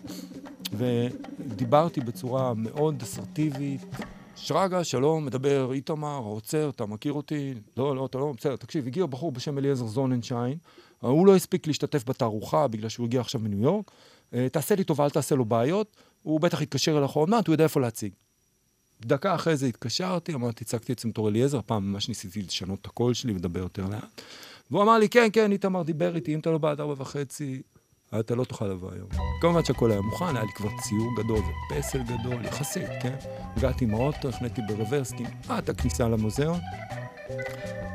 ודיברתי בצורה מאוד אסרטיבית. שרגא, שלום, מדבר איתמר, העוצר, אתה מכיר אותי? לא, אתה לא, בסדר, תקשיב, הגיע בחור בשם אליעזר זוננשיין, הוא לא הספיק להשתתף בתערוכה בגלל שהוא הגיע עכשיו מניו יורק, תעשה לי טובה, אל תעשה לו בעיות, הוא בטח יתקשר אליך עוד מעט, הוא יודע איפה להציג. דקה אחרי זה התקשרתי, אמרתי, הצגתי את בתור אליעזר, פעם ממש ניסיתי לשנות את הקול שלי ולדבר יותר לאט. והוא אמר לי, כן, איתמר דיבר איתי, אם אתה לא בעד 4:30, אתה לא תוכל לבוא היום. כמובן שהכל היה מוכן, היה לי כבר ציור גדול ופסל גדול, יחסית, כן? הגעתי עם האוטו, הפניתי ברוורס, כמעט הכניסה למוזיאון.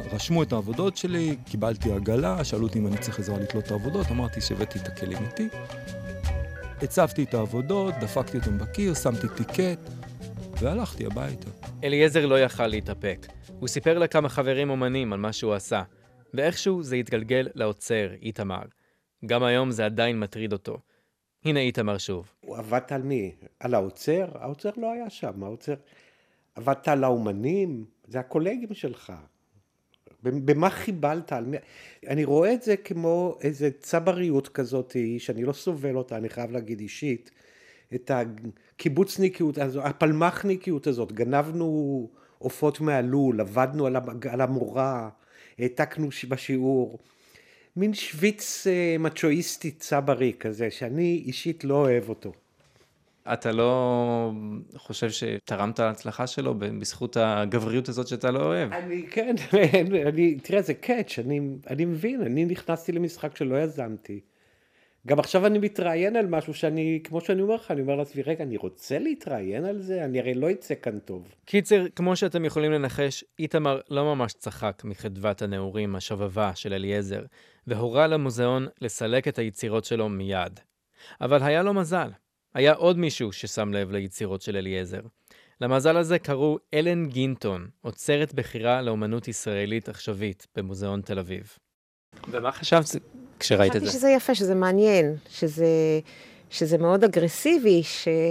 רשמו את העבודות שלי, קיבלתי עגלה, שאלו אותי אם אני צריך עזרה לתלות את העבודות, אמרתי שהבאתי את הכלים איתי. הצבתי את העבודות, דפקתי אותם בקיר, שמתי טיקט, והלכתי הביתה. אליעזר לא יכל להתאפק. הוא סיפר לכמה חברים אומנים על מה שהוא עשה, ואיכשהו זה התגלגל לעוצר, איתמר. גם היום זה עדיין מטריד אותו. הנה איתמר שוב. הוא עבדת על מי? על העוצר? העוצר לא היה שם, העוצר... עבדת על האומנים, זה הקולגים שלך. במה חיבלת? אני רואה את זה כמו איזה צבריות כזאת, שאני לא סובל אותה, אני חייב להגיד אישית, את הקיבוצניקיות, הפלמחניקיות הזאת, גנבנו עופות מהלול, עבדנו על המורה, העתקנו בשיעור, מין שוויץ מצ'ואיסטי צברי כזה, שאני אישית לא אוהב אותו. אתה לא חושב שתרמת להצלחה שלו בזכות הגבריות הזאת שאתה לא אוהב? כן, תראה, זה קאץ', אני מבין, אני נכנסתי למשחק שלא יזמתי. גם עכשיו אני מתראיין על משהו שאני, כמו שאני אומר לך, אני אומר לעצמי, רגע, אני רוצה להתראיין על זה? אני הרי לא יצא כאן טוב. קיצר, כמו שאתם יכולים לנחש, איתמר לא ממש צחק מחדוות הנעורים השובבה של אליעזר, והורה למוזיאון לסלק את היצירות שלו מיד. אבל היה לו מזל. היה עוד מישהו ששם לב ליצירות של אליעזר. למזל הזה קראו אלן גינטון, אוצרת בחירה לאומנות ישראלית עכשווית במוזיאון תל אביב. ומה חשבת כשראית את זה? חשבתי שזה יפה, שזה מעניין, שזה מאוד אגרסיבי,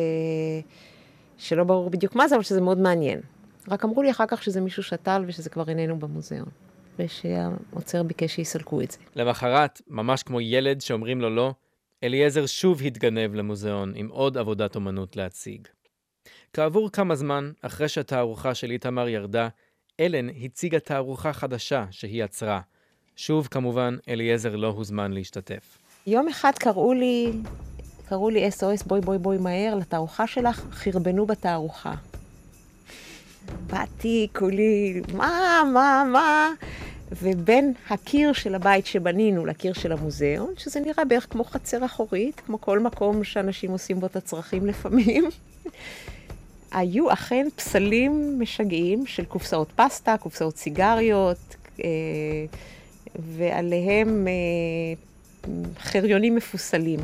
שלא ברור בדיוק מה זה, אבל שזה מאוד מעניין. רק אמרו לי אחר כך שזה מישהו שתל ושזה כבר איננו במוזיאון, ושהאוצר ביקש שיסלקו את זה. למחרת, ממש כמו ילד שאומרים לו לא, אליעזר שוב התגנב למוזיאון עם עוד עבודת אומנות להציג. כעבור כמה זמן, אחרי שהתערוכה של איתמר ירדה, אלן הציגה תערוכה חדשה שהיא יצרה. שוב, כמובן, אליעזר לא הוזמן להשתתף. יום אחד קראו לי SOS, בואי מהר, לתערוכה שלך, חרבנו בתערוכה. באתי, כולי, מה? ובין הקיר של הבית שבנינו לקיר של המוזיאון, שזה נראה בערך כמו חצר אחורית, כמו כל מקום שאנשים עושים בו את הצרכים לפעמים, היו אכן פסלים משגעים של קופסאות פסטה, קופסאות סיגריות, ועליהם חריונים מפוסלים.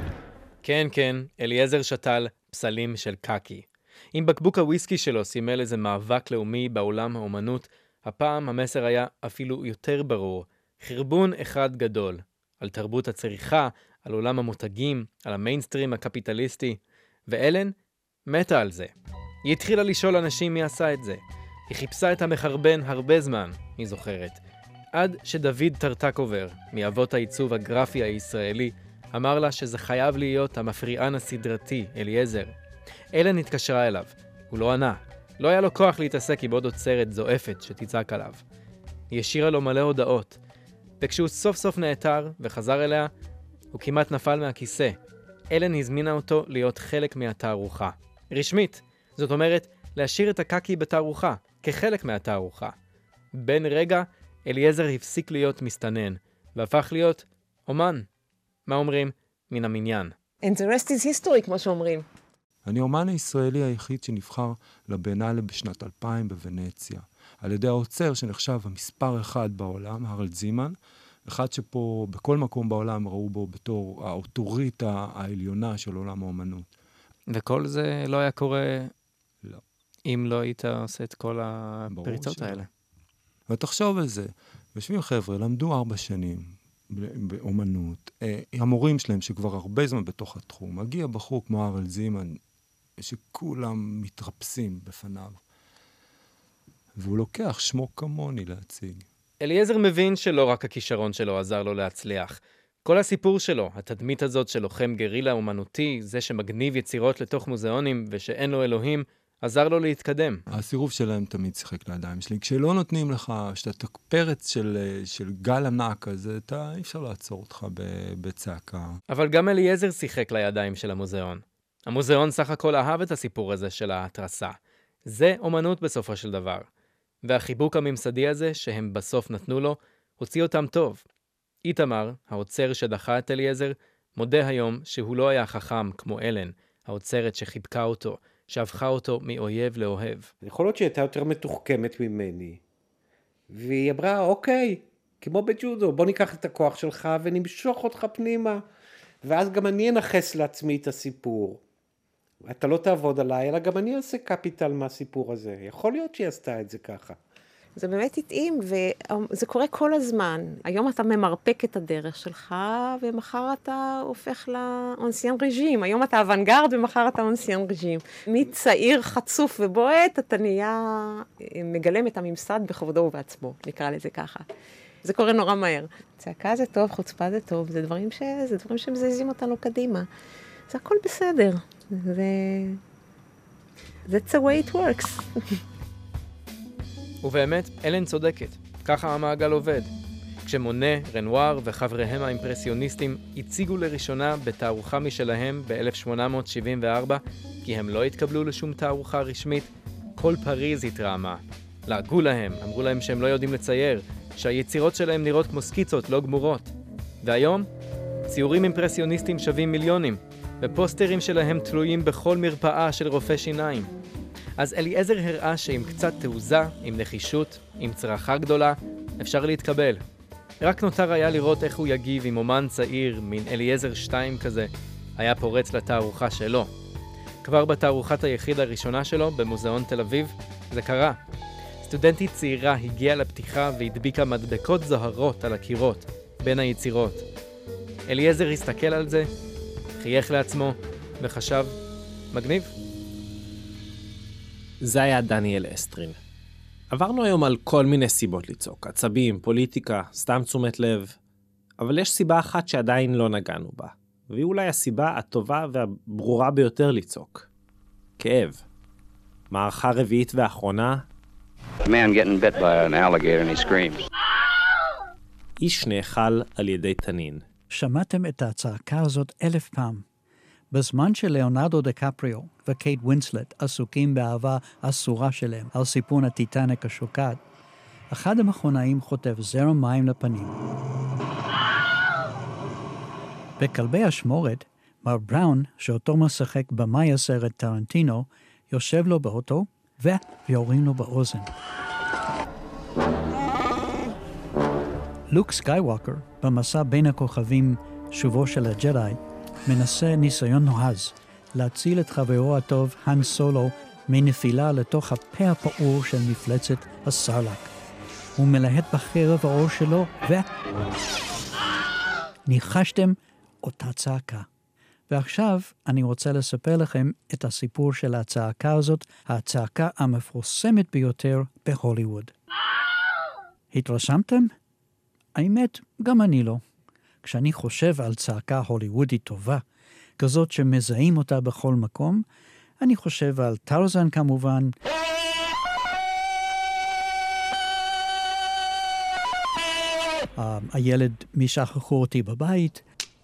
כן, אליעזר שתל פסלים של קקי. עם בקבוק הוויסקי שלו סימל איזה מאבק לאומי בעולם האומנות, הפעם המסר היה אפילו יותר ברור. חרבון אחד גדול. על תרבות הצריכה, על עולם המותגים, על המיינסטרים הקפיטליסטי. ואלן מתה על זה. היא התחילה לשאול אנשים מי עשה את זה. היא חיפשה את המחרבן הרבה זמן, היא זוכרת. עד שדוד טרטקובר, מאבות העיצוב הגרפי הישראלי, אמר לה שזה חייב להיות המפריען הסדרתי, אליעזר. אלן התקשרה אליו. הוא לא ענה. לא היה לו כוח להתעסק עם עוד אוצרת זועפת שתצעק עליו. היא השאירה לו מלא הודעות, וכשהוא סוף סוף נעתר וחזר אליה, הוא כמעט נפל מהכיסא. אלן הזמינה אותו להיות חלק מהתערוכה. רשמית, זאת אומרת, להשאיר את הקקי בתערוכה, כחלק מהתערוכה. בין רגע, אליעזר הפסיק להיות מסתנן, והפך להיות אומן. מה אומרים? מן המניין. And the rest is history, כמו שאומרים. אני האומן הישראלי היחיד שנבחר לבנאלה בשנת 2000 בוונציה, על ידי האוצר שנחשב המספר אחד בעולם, הרלד זימן, אחד שפה בכל מקום בעולם ראו בו בתור האוטוריטה העליונה של עולם האומנות. וכל זה לא היה קורה לא. אם לא היית עושה את כל הפריצות האלה. ותחשוב על זה, יושבים חבר'ה, למדו 4 שנים באומנות, המורים שלהם שכבר הרבה זמן בתוך התחום, מגיע בחור כמו הרלד זימן, שכולם מתרפסים בפניו. והוא לוקח שמו כמוני להציג. אליעזר מבין שלא רק הכישרון שלו עזר לו להצליח. כל הסיפור שלו, התדמית הזאת של לוחם גרילה אומנותי, זה שמגניב יצירות לתוך מוזיאונים ושאין לו אלוהים, עזר לו להתקדם. הסירוב שלהם תמיד שיחק לידיים שלי. כשלא נותנים לך, שאתה פרץ של גל ענק, אז אי אפשר לעצור אותך בצעקה. אבל גם אליעזר שיחק לידיים של המוזיאון. המוזיאון סך הכל אהב את הסיפור הזה של ההתרסה. זה אומנות בסופו של דבר. והחיבוק הממסדי הזה שהם בסוף נתנו לו, הוציא אותם טוב. איתמר, האוצר שדחה את אליעזר, מודה היום שהוא לא היה חכם כמו אלן, האוצרת שחיבקה אותו, שהפכה אותו מאויב לאוהב. יכול להיות שהייתה יותר מתוחכמת ממני, והיא אמרה, אוקיי, כמו בג'ודו, בוא ניקח את הכוח שלך ונמשוך אותך פנימה. ואז גם אני אנחס לעצמי את הסיפור. אתה לא תעבוד עליי, אלא גם אני אעשה קפיטל מהסיפור הזה. יכול להיות שהיא עשתה את זה ככה. זה באמת התאים, וזה קורה כל הזמן. היום אתה ממרפק את הדרך שלך, ומחר אתה הופך לאנסיין רג'ים. היום אתה אוונגרד, ומחר אתה אנסיין רג'ים. מצעיר חצוף ובועט, אתה נהיה מגלם את הממסד בכבודו ובעצמו, נקרא לזה ככה. זה קורה נורא מהר. צעקה זה טוב, חוצפה זה טוב, זה דברים שמזיזים אותנו קדימה. זה הכל בסדר. That's the way it works. ובאמת, אלן צודקת. ככה המעגל עובד. כשמונה, רנואר וחבריהם האימפרסיוניסטים הציגו לראשונה בתערוכה משלהם ב-1874, כי הם לא התקבלו לשום תערוכה רשמית, כל פריז התרעמה. לעגו להם, אמרו להם שהם לא יודעים לצייר, שהיצירות שלהם נראות כמו סקיצות, לא גמורות. והיום, ציורים אימפרסיוניסטים שווים מיליונים, ופוסטרים שלהם תלויים בכל מרפאה של רופא שיניים. אז אליעזר הראה שעם קצת תעוזה, עם נחישות, עם צרחה גדולה, אפשר להתקבל. רק נותר היה לראות איך הוא יגיב עם אומן צעיר, מין אליעזר 2 כזה, היה פורץ לתערוכה שלו. כבר בתערוכת היחיד הראשונה שלו, במוזיאון תל אביב, זה קרה. סטודנטית צעירה הגיעה לפתיחה והדביקה מדבקות זוהרות על הקירות, בין היצירות. אליעזר הסתכל על זה, חייך לעצמו, וחשב, מגניב. זה היה דניאל אסטרין. עברנו היום על כל מיני סיבות לצעוק, עצבים, פוליטיקה, סתם תשומת לב, אבל יש סיבה אחת שעדיין לא נגענו בה, והיא אולי הסיבה הטובה והברורה ביותר לצעוק. כאב. מערכה רביעית ואחרונה, A man getting bit by an alligator and he screams. איש נאכל על ידי תנין. שמעתם את הצעקה הזאת 1000 פעם. בזמן שלאונרדו דקפריו וקייט ווינסלט עסוקים באהבה אסורה שלהם על סיפון הטיטניק השוקעת, אחד המכונאים חוטף זרם מים לפנים. בכלבי השמורת, מר בראון, שאותו משחק במאי הסרט טרנטינו, יושב לו באוטו ויורים לו באוזן. לוק סקייווקר, במסע בין הכוכבים שובו של הג'די, מנסה ניסיון נועז להציל את חברו הטוב האן סולו מנפילה לתוך הפה הפעור של מפלצת הסרלק. הוא מלהט בחרב האור שלו ניחשתם אותה צעקה. ועכשיו אני רוצה לספר לכם את הסיפור של הצעקה הזאת, הצעקה המפורסמת ביותר בהוליווד. התרשמתם? האמת, גם אני לא. כשאני חושב על צעקה הוליוודית טובה, כזאת שמזהים אותה בכל מקום, אני חושב על טרזן כמובן, הילד משכחו אותי בבית,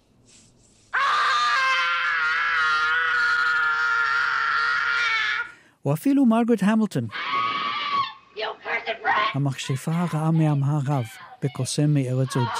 או אפילו מרגרט המילטון, המכשפה הרעה מהמערב בקוסם מארץ עוץ.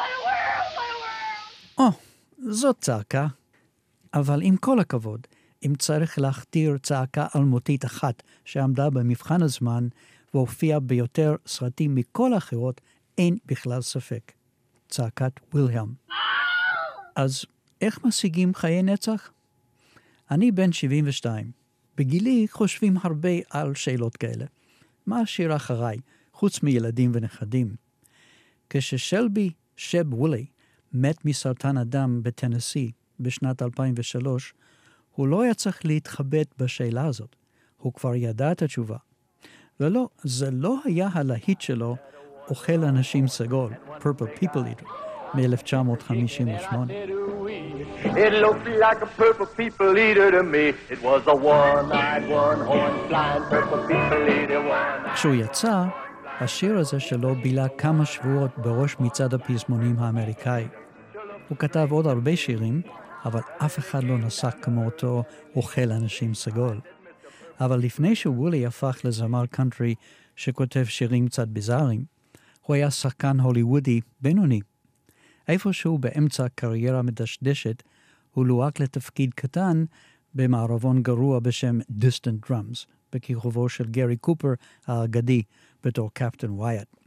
זאת צעקה, אבל עם כל הכבוד, אם צריך להכתיר צעקה אלמותית אחת שעמדה במבחן הזמן והופיעה ביותר סרטים מכל האחרות, אין בכלל ספק. צעקת וילהלם. אז איך משיגים חיי נצח? אני בן 72. בגילי חושבים הרבה על שאלות כאלה. מה השאיר אחריי, חוץ מילדים ונכדים? כששלבי שב וולי מת מסרטן הדם בטנסי בשנת 2003, הוא לא היה צריך להתחבט בשאלה הזאת. הוא כבר ידע את התשובה. ולא, זה לא היה הלהיט שלו, אוכל אנשים סגול, Purple People Eater, מ-1958. It looked like a purple people eater to me. It was a one-eyed, one-horned, flying purple people eater. כשהוא יצא, השיר הזה שלו בילה כמה שבועות בראש מצד הפזמונים האמריקאי. הוא כתב עוד הרבה שירים, אבל אף אחד לא נסק כמו אותו אוכל אנשים סגול. אבל לפני שוולי הפך לזמר קאנטרי שכותב שירים קצת ביזאריים, הוא היה שחקן הוליוודי בינוני. איפשהו באמצע קריירה מדשדשת, הוא לוהק לתפקיד קטן במערבון גרוע בשם Distant Drums, בכיכובו של גרי קופר האגדי בתור קפטן ווייט.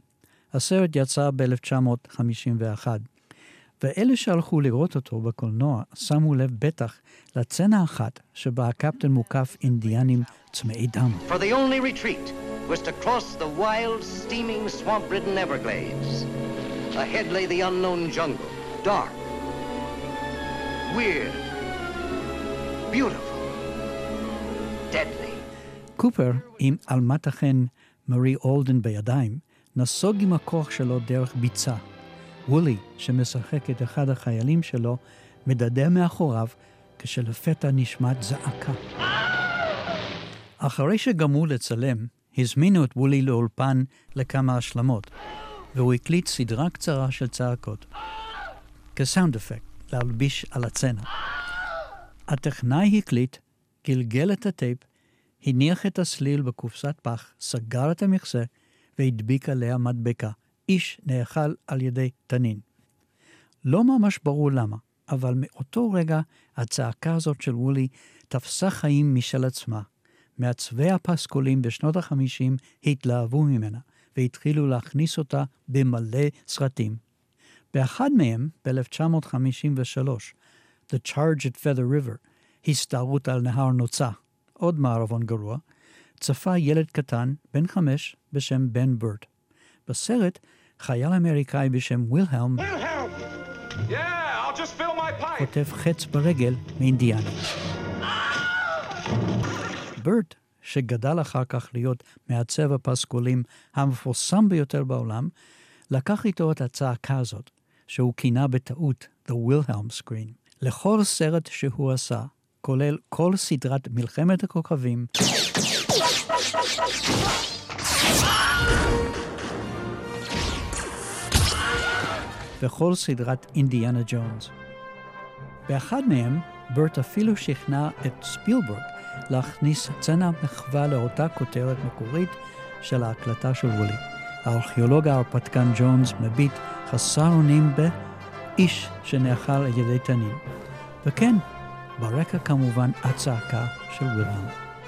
הסרט יצא ב-1951, ואלה שהלכו לראות אותו בקולנוע שמו לב בטח לצנה אחת שבה הקפטן מוקף אינדיאנים צמאי דם. For the only retreat was to cross the wild, steaming, swamp-ridden Everglades. Ahead lay the unknown jungle, dark, weird, beautiful, deadly. קופר, עם אלמת החן מרי אולדן בידיים, נסוג עם הכוח שלו דרך ביצה. וולי, שמשחק את אחד החיילים שלו, מדדה מאחוריו כשלפתע נשמעת זעקה. אחרי שגמרו לצלם, הזמינו את וולי לאולפן לכמה השלמות, והוא הקליט סדרה קצרה של צעקות. כסאונד אפקט, להלביש על הצנה. הטכנאי הקליט, גלגל את הטייפ, הניח את הסליל בקופסת פח, סגר את המכסה, והדביק עליה מדבקה. איש נאכל על ידי תנין. לא ממש ברור למה, אבל מאותו רגע הצעקה הזאת של וולי תפסה חיים משל עצמה. מעצבי הפסקולים בשנות ה-50 התלהבו ממנה, והתחילו להכניס אותה במלא סרטים. באחד מהם, ב-1953, The Charge at Feather River, הסתערות על נהר נוצה, עוד מערבון גרוע, צפה ילד קטן, בן 5, בשם בן ברט. בסרט, חייל אמריקאי בשם וילהלם חוטף חץ ברגל מאינדיאנים. ברט, שגדל אחר כך להיות מעצב הפסקולים המפורסם ביותר בעולם, לקח איתו את הצעקה הזאת, שהוא כינה בטעות The Wilhelm Scream. לכל סרט שהוא עשה, כולל כל סדרת מלחמת הכוכבים, וכל סדרת אינדיאנה ג'ונס. באחד מהם, ברט אפילו שכנע את ספילברג להכניס סצנה מחווה לאותה כותרת מקורית של ההקלטה של וולי. הארכיאולוג ההרפתקן ג'ונס מביט חסר אונים באיש שנאכל על ידי תנין. וכן, ברקע כמובן הצעקה של וילהלם.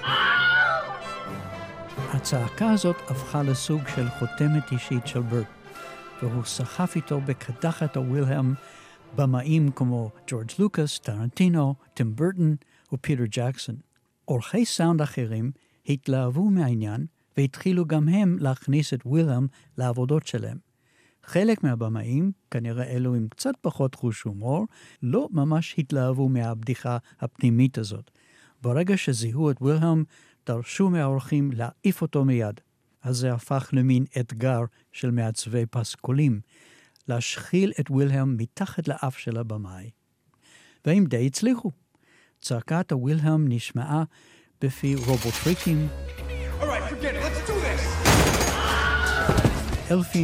הצעקה הזאת הפכה לסוג של חותמת אישית של ברט, והוא סחף איתו בקדחת הווילהלם במאים כמו ג'ורג' לוקאס, טרנטינו, טים ברטון ופיטר ג'קסון. עורכי סאונד אחרים התלהבו מהעניין והתחילו גם הם להכניס את וילהלם לעבודות שלהם. חלק מהבמאים, כנראה אלו עם קצת פחות חוש הומור, לא ממש התלהבו מהבדיחה הפנימית הזאת. ברגע שזיהו את וילהלם, דרשו מהאורחים להעיף אותו מיד. אז זה הפך למין אתגר של מעצבי פסקולים, להשחיל את וילהלם מתחת לאף של הבמאי. והם די הצליחו. צעקת הווילהלם נשמעה בפי רובוטריקים, אלפים,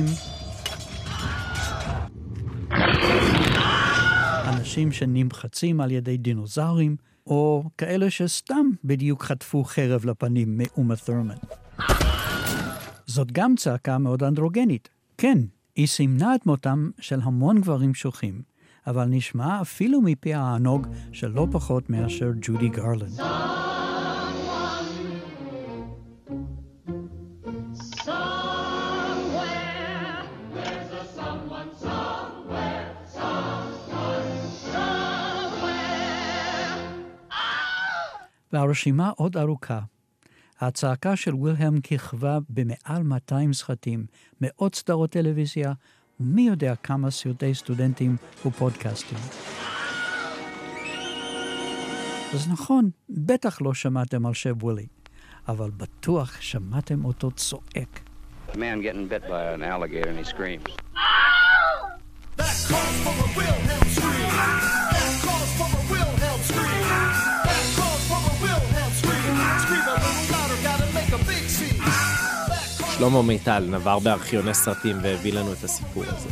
אנשים שנמחצים על ידי דינוזאורים, או כאלה שסתם בדיוק חטפו חרב לפנים מאומה ת'ורמן. זאת גם צעקה מאוד אנדרוגנית. כן, היא סימנה את מותם של המון גברים שוחים, אבל נשמע אפילו מפי הענוג של לא פחות מאשר ג'ודי גרלנד. והרשימה עוד ארוכה. הצעקה של וילהלם כיכבה במעל 200 סרטים, מאות סדרות טלוויזיה, ומי יודע כמה סרטי סטודנטים ופודקאסטים. אז נכון, בטח לא שמעתם על שב וולי, אבל בטוח שמעתם אותו צועק. A man getting bit by an alligator and he screams. That calls for a Wilhelm scream. That calls for a Wilhelm scream. That calls for a Wilhelm scream. Scream a little louder, gotta make a big scene. שלמה מיטל נבר בארכיוני סרטים והביא לנו את הסיפור הזה.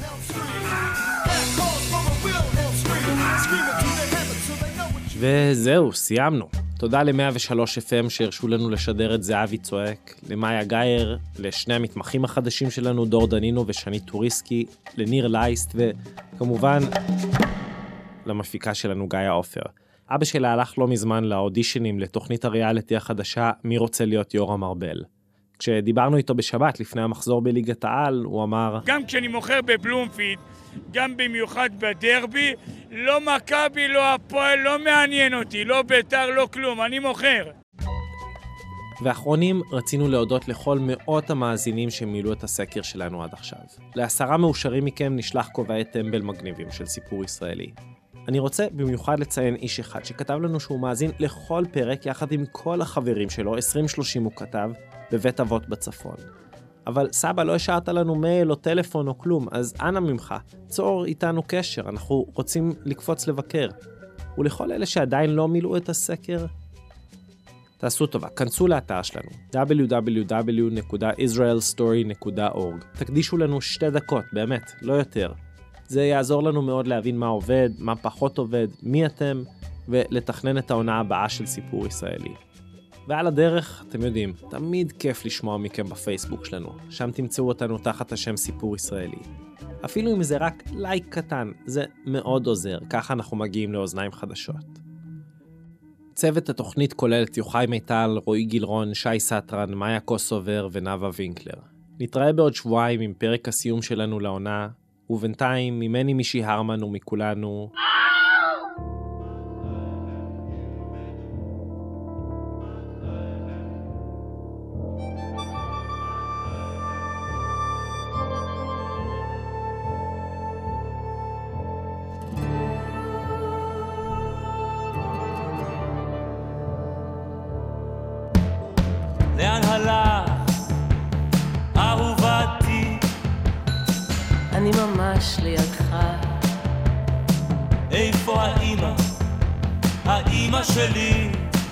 וזהו, סיימנו. תודה ל-103 FM שהרשו לנו לשדר את זהבי צועק, למאיה גייר, לשני המתמחים החדשים שלנו, דור דנינו ושני טוריסקי, לניר לייסט וכמובן למפיקה שלנו גאיה אופר. אבא שלה הלך לא מזמן לאודישנים לתוכנית הריאליטי החדשה מי רוצה להיות יורם ארבל. כשדיברנו איתו בשבת לפני המחזור בליגת העל, הוא אמר, גם כשאני מוכר בבלומפיד, גם במיוחד בדרבי, לא מכבי, לא הפועל, לא מעניין אותי, לא ביתר, לא כלום, אני מוכר. ואחרונים רצינו להודות לכל מאות המאזינים שמילאו את הסקר שלנו עד עכשיו. ל10 מאושרים מכם נשלח כובעי טמבל מגניבים של סיפור ישראלי. אני רוצה במיוחד לציין איש אחד שכתב לנו שהוא מאזין לכל פרק יחד עם כל החברים שלו, 20-30 הוא כתב, בבית אבות בצפון. אבל סבא, לא השארת לנו מייל או טלפון או כלום, אז אנא ממך, צור איתנו קשר, אנחנו רוצים לקפוץ לבקר. ולכל אלה שעדיין לא מילאו את הסקר, תעשו טובה, כנסו לאתר שלנו, www.israelstory.org. תקדישו לנו 2 דקות, באמת, לא יותר. זה יעזור לנו מאוד להבין מה עובד, מה פחות עובד, מי אתם, ולתכנן את העונה הבאה של סיפור ישראלי. ועל הדרך, אתם יודעים, תמיד כיף לשמוע מכם בפייסבוק שלנו. שם תמצאו אותנו תחת השם סיפור ישראלי. אפילו אם זה רק לייק קטן, זה מאוד עוזר, ככה אנחנו מגיעים לאוזניים חדשות. צוות התוכנית כולל את יוחאי מיטל, רועי גילרון, שי סטרן, מאיה קוסובר ונאווה וינקלר. נתראה בעוד שבועיים עם פרק הסיום שלנו לעונה, ובינתיים ממני מישי הרמן ומכולנו... לאן הלך, אהובתי? אני ממש לידך. איפה האמא? האמא שלי?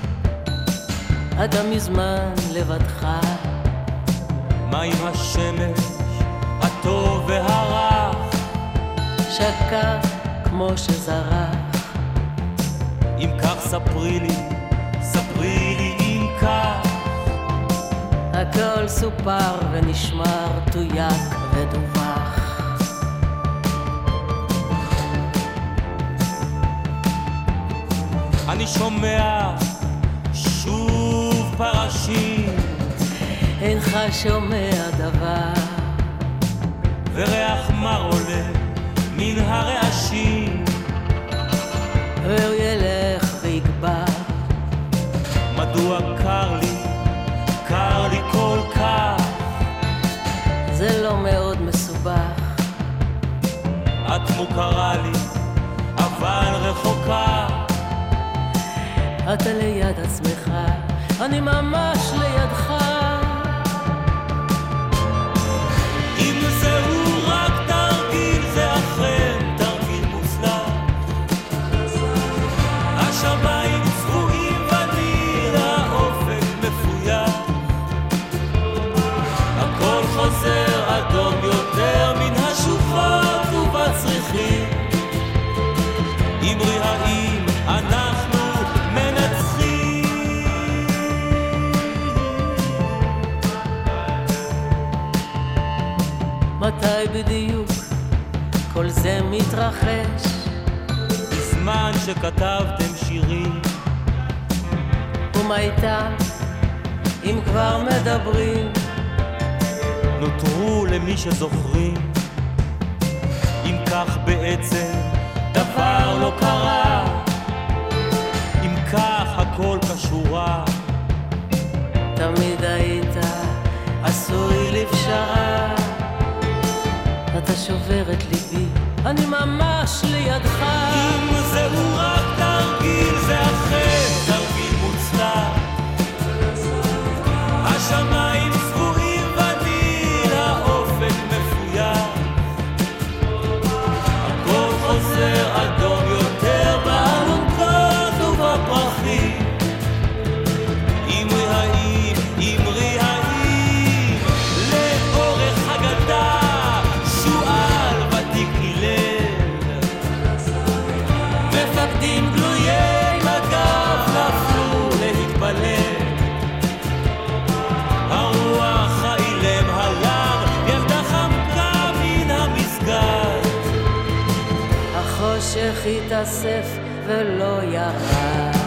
אתה מזמן לבדך. מה עם השמש, הטוב והרך? שקע כמו שזרח. אם כך ספרי לי אם כך. הכל סופר ונשמר, תויק ודווח. אני שומע שוב פרשים, אינך שומע דבר, וריח מר עולה מן הרעשים, והוא ילך ויגבר. מדוע קר לי כל כך? זה לא מאוד מסובך. את מוכרה לי אבל רחוקה. אתה ליד עצמך, אני ממש לידך. אם זהו רק תרגיל, זה אכן תרגיל מוצלח. השמיים צבועים ואני האופק מפויח. הכל חוזר אדום יותר מן השוחות ובצריחים. אמרי האם אנחנו מנצחים? מתי בדיוק כל זה מתרחש? בזמן שכתבתם שירים. ומה איתם אם כבר מדברים? נותרו למי שזוכרים. אם כך בעצם דבר לא קרה, אם כך הכל קשורה. תמיד היית עשוי לפשרה. אתה שובר את ליבי, אני ממש לידך. אם זהו רק תרגיל, זה אכן תרגיל מוצלח. השמיים צבועים ואני האופק מפויח. הכל חוזר אדום יותר באלונקות ובפרחים. אמרי האם, אמרי האם, לאורך הגדה שואל ותיק הלל. מפקדים גלויי מג"ב נפלו להתפלל. הרוח האילם הלם, ילדה חמקה מן המסגד. החושך התאסף ולא ירד.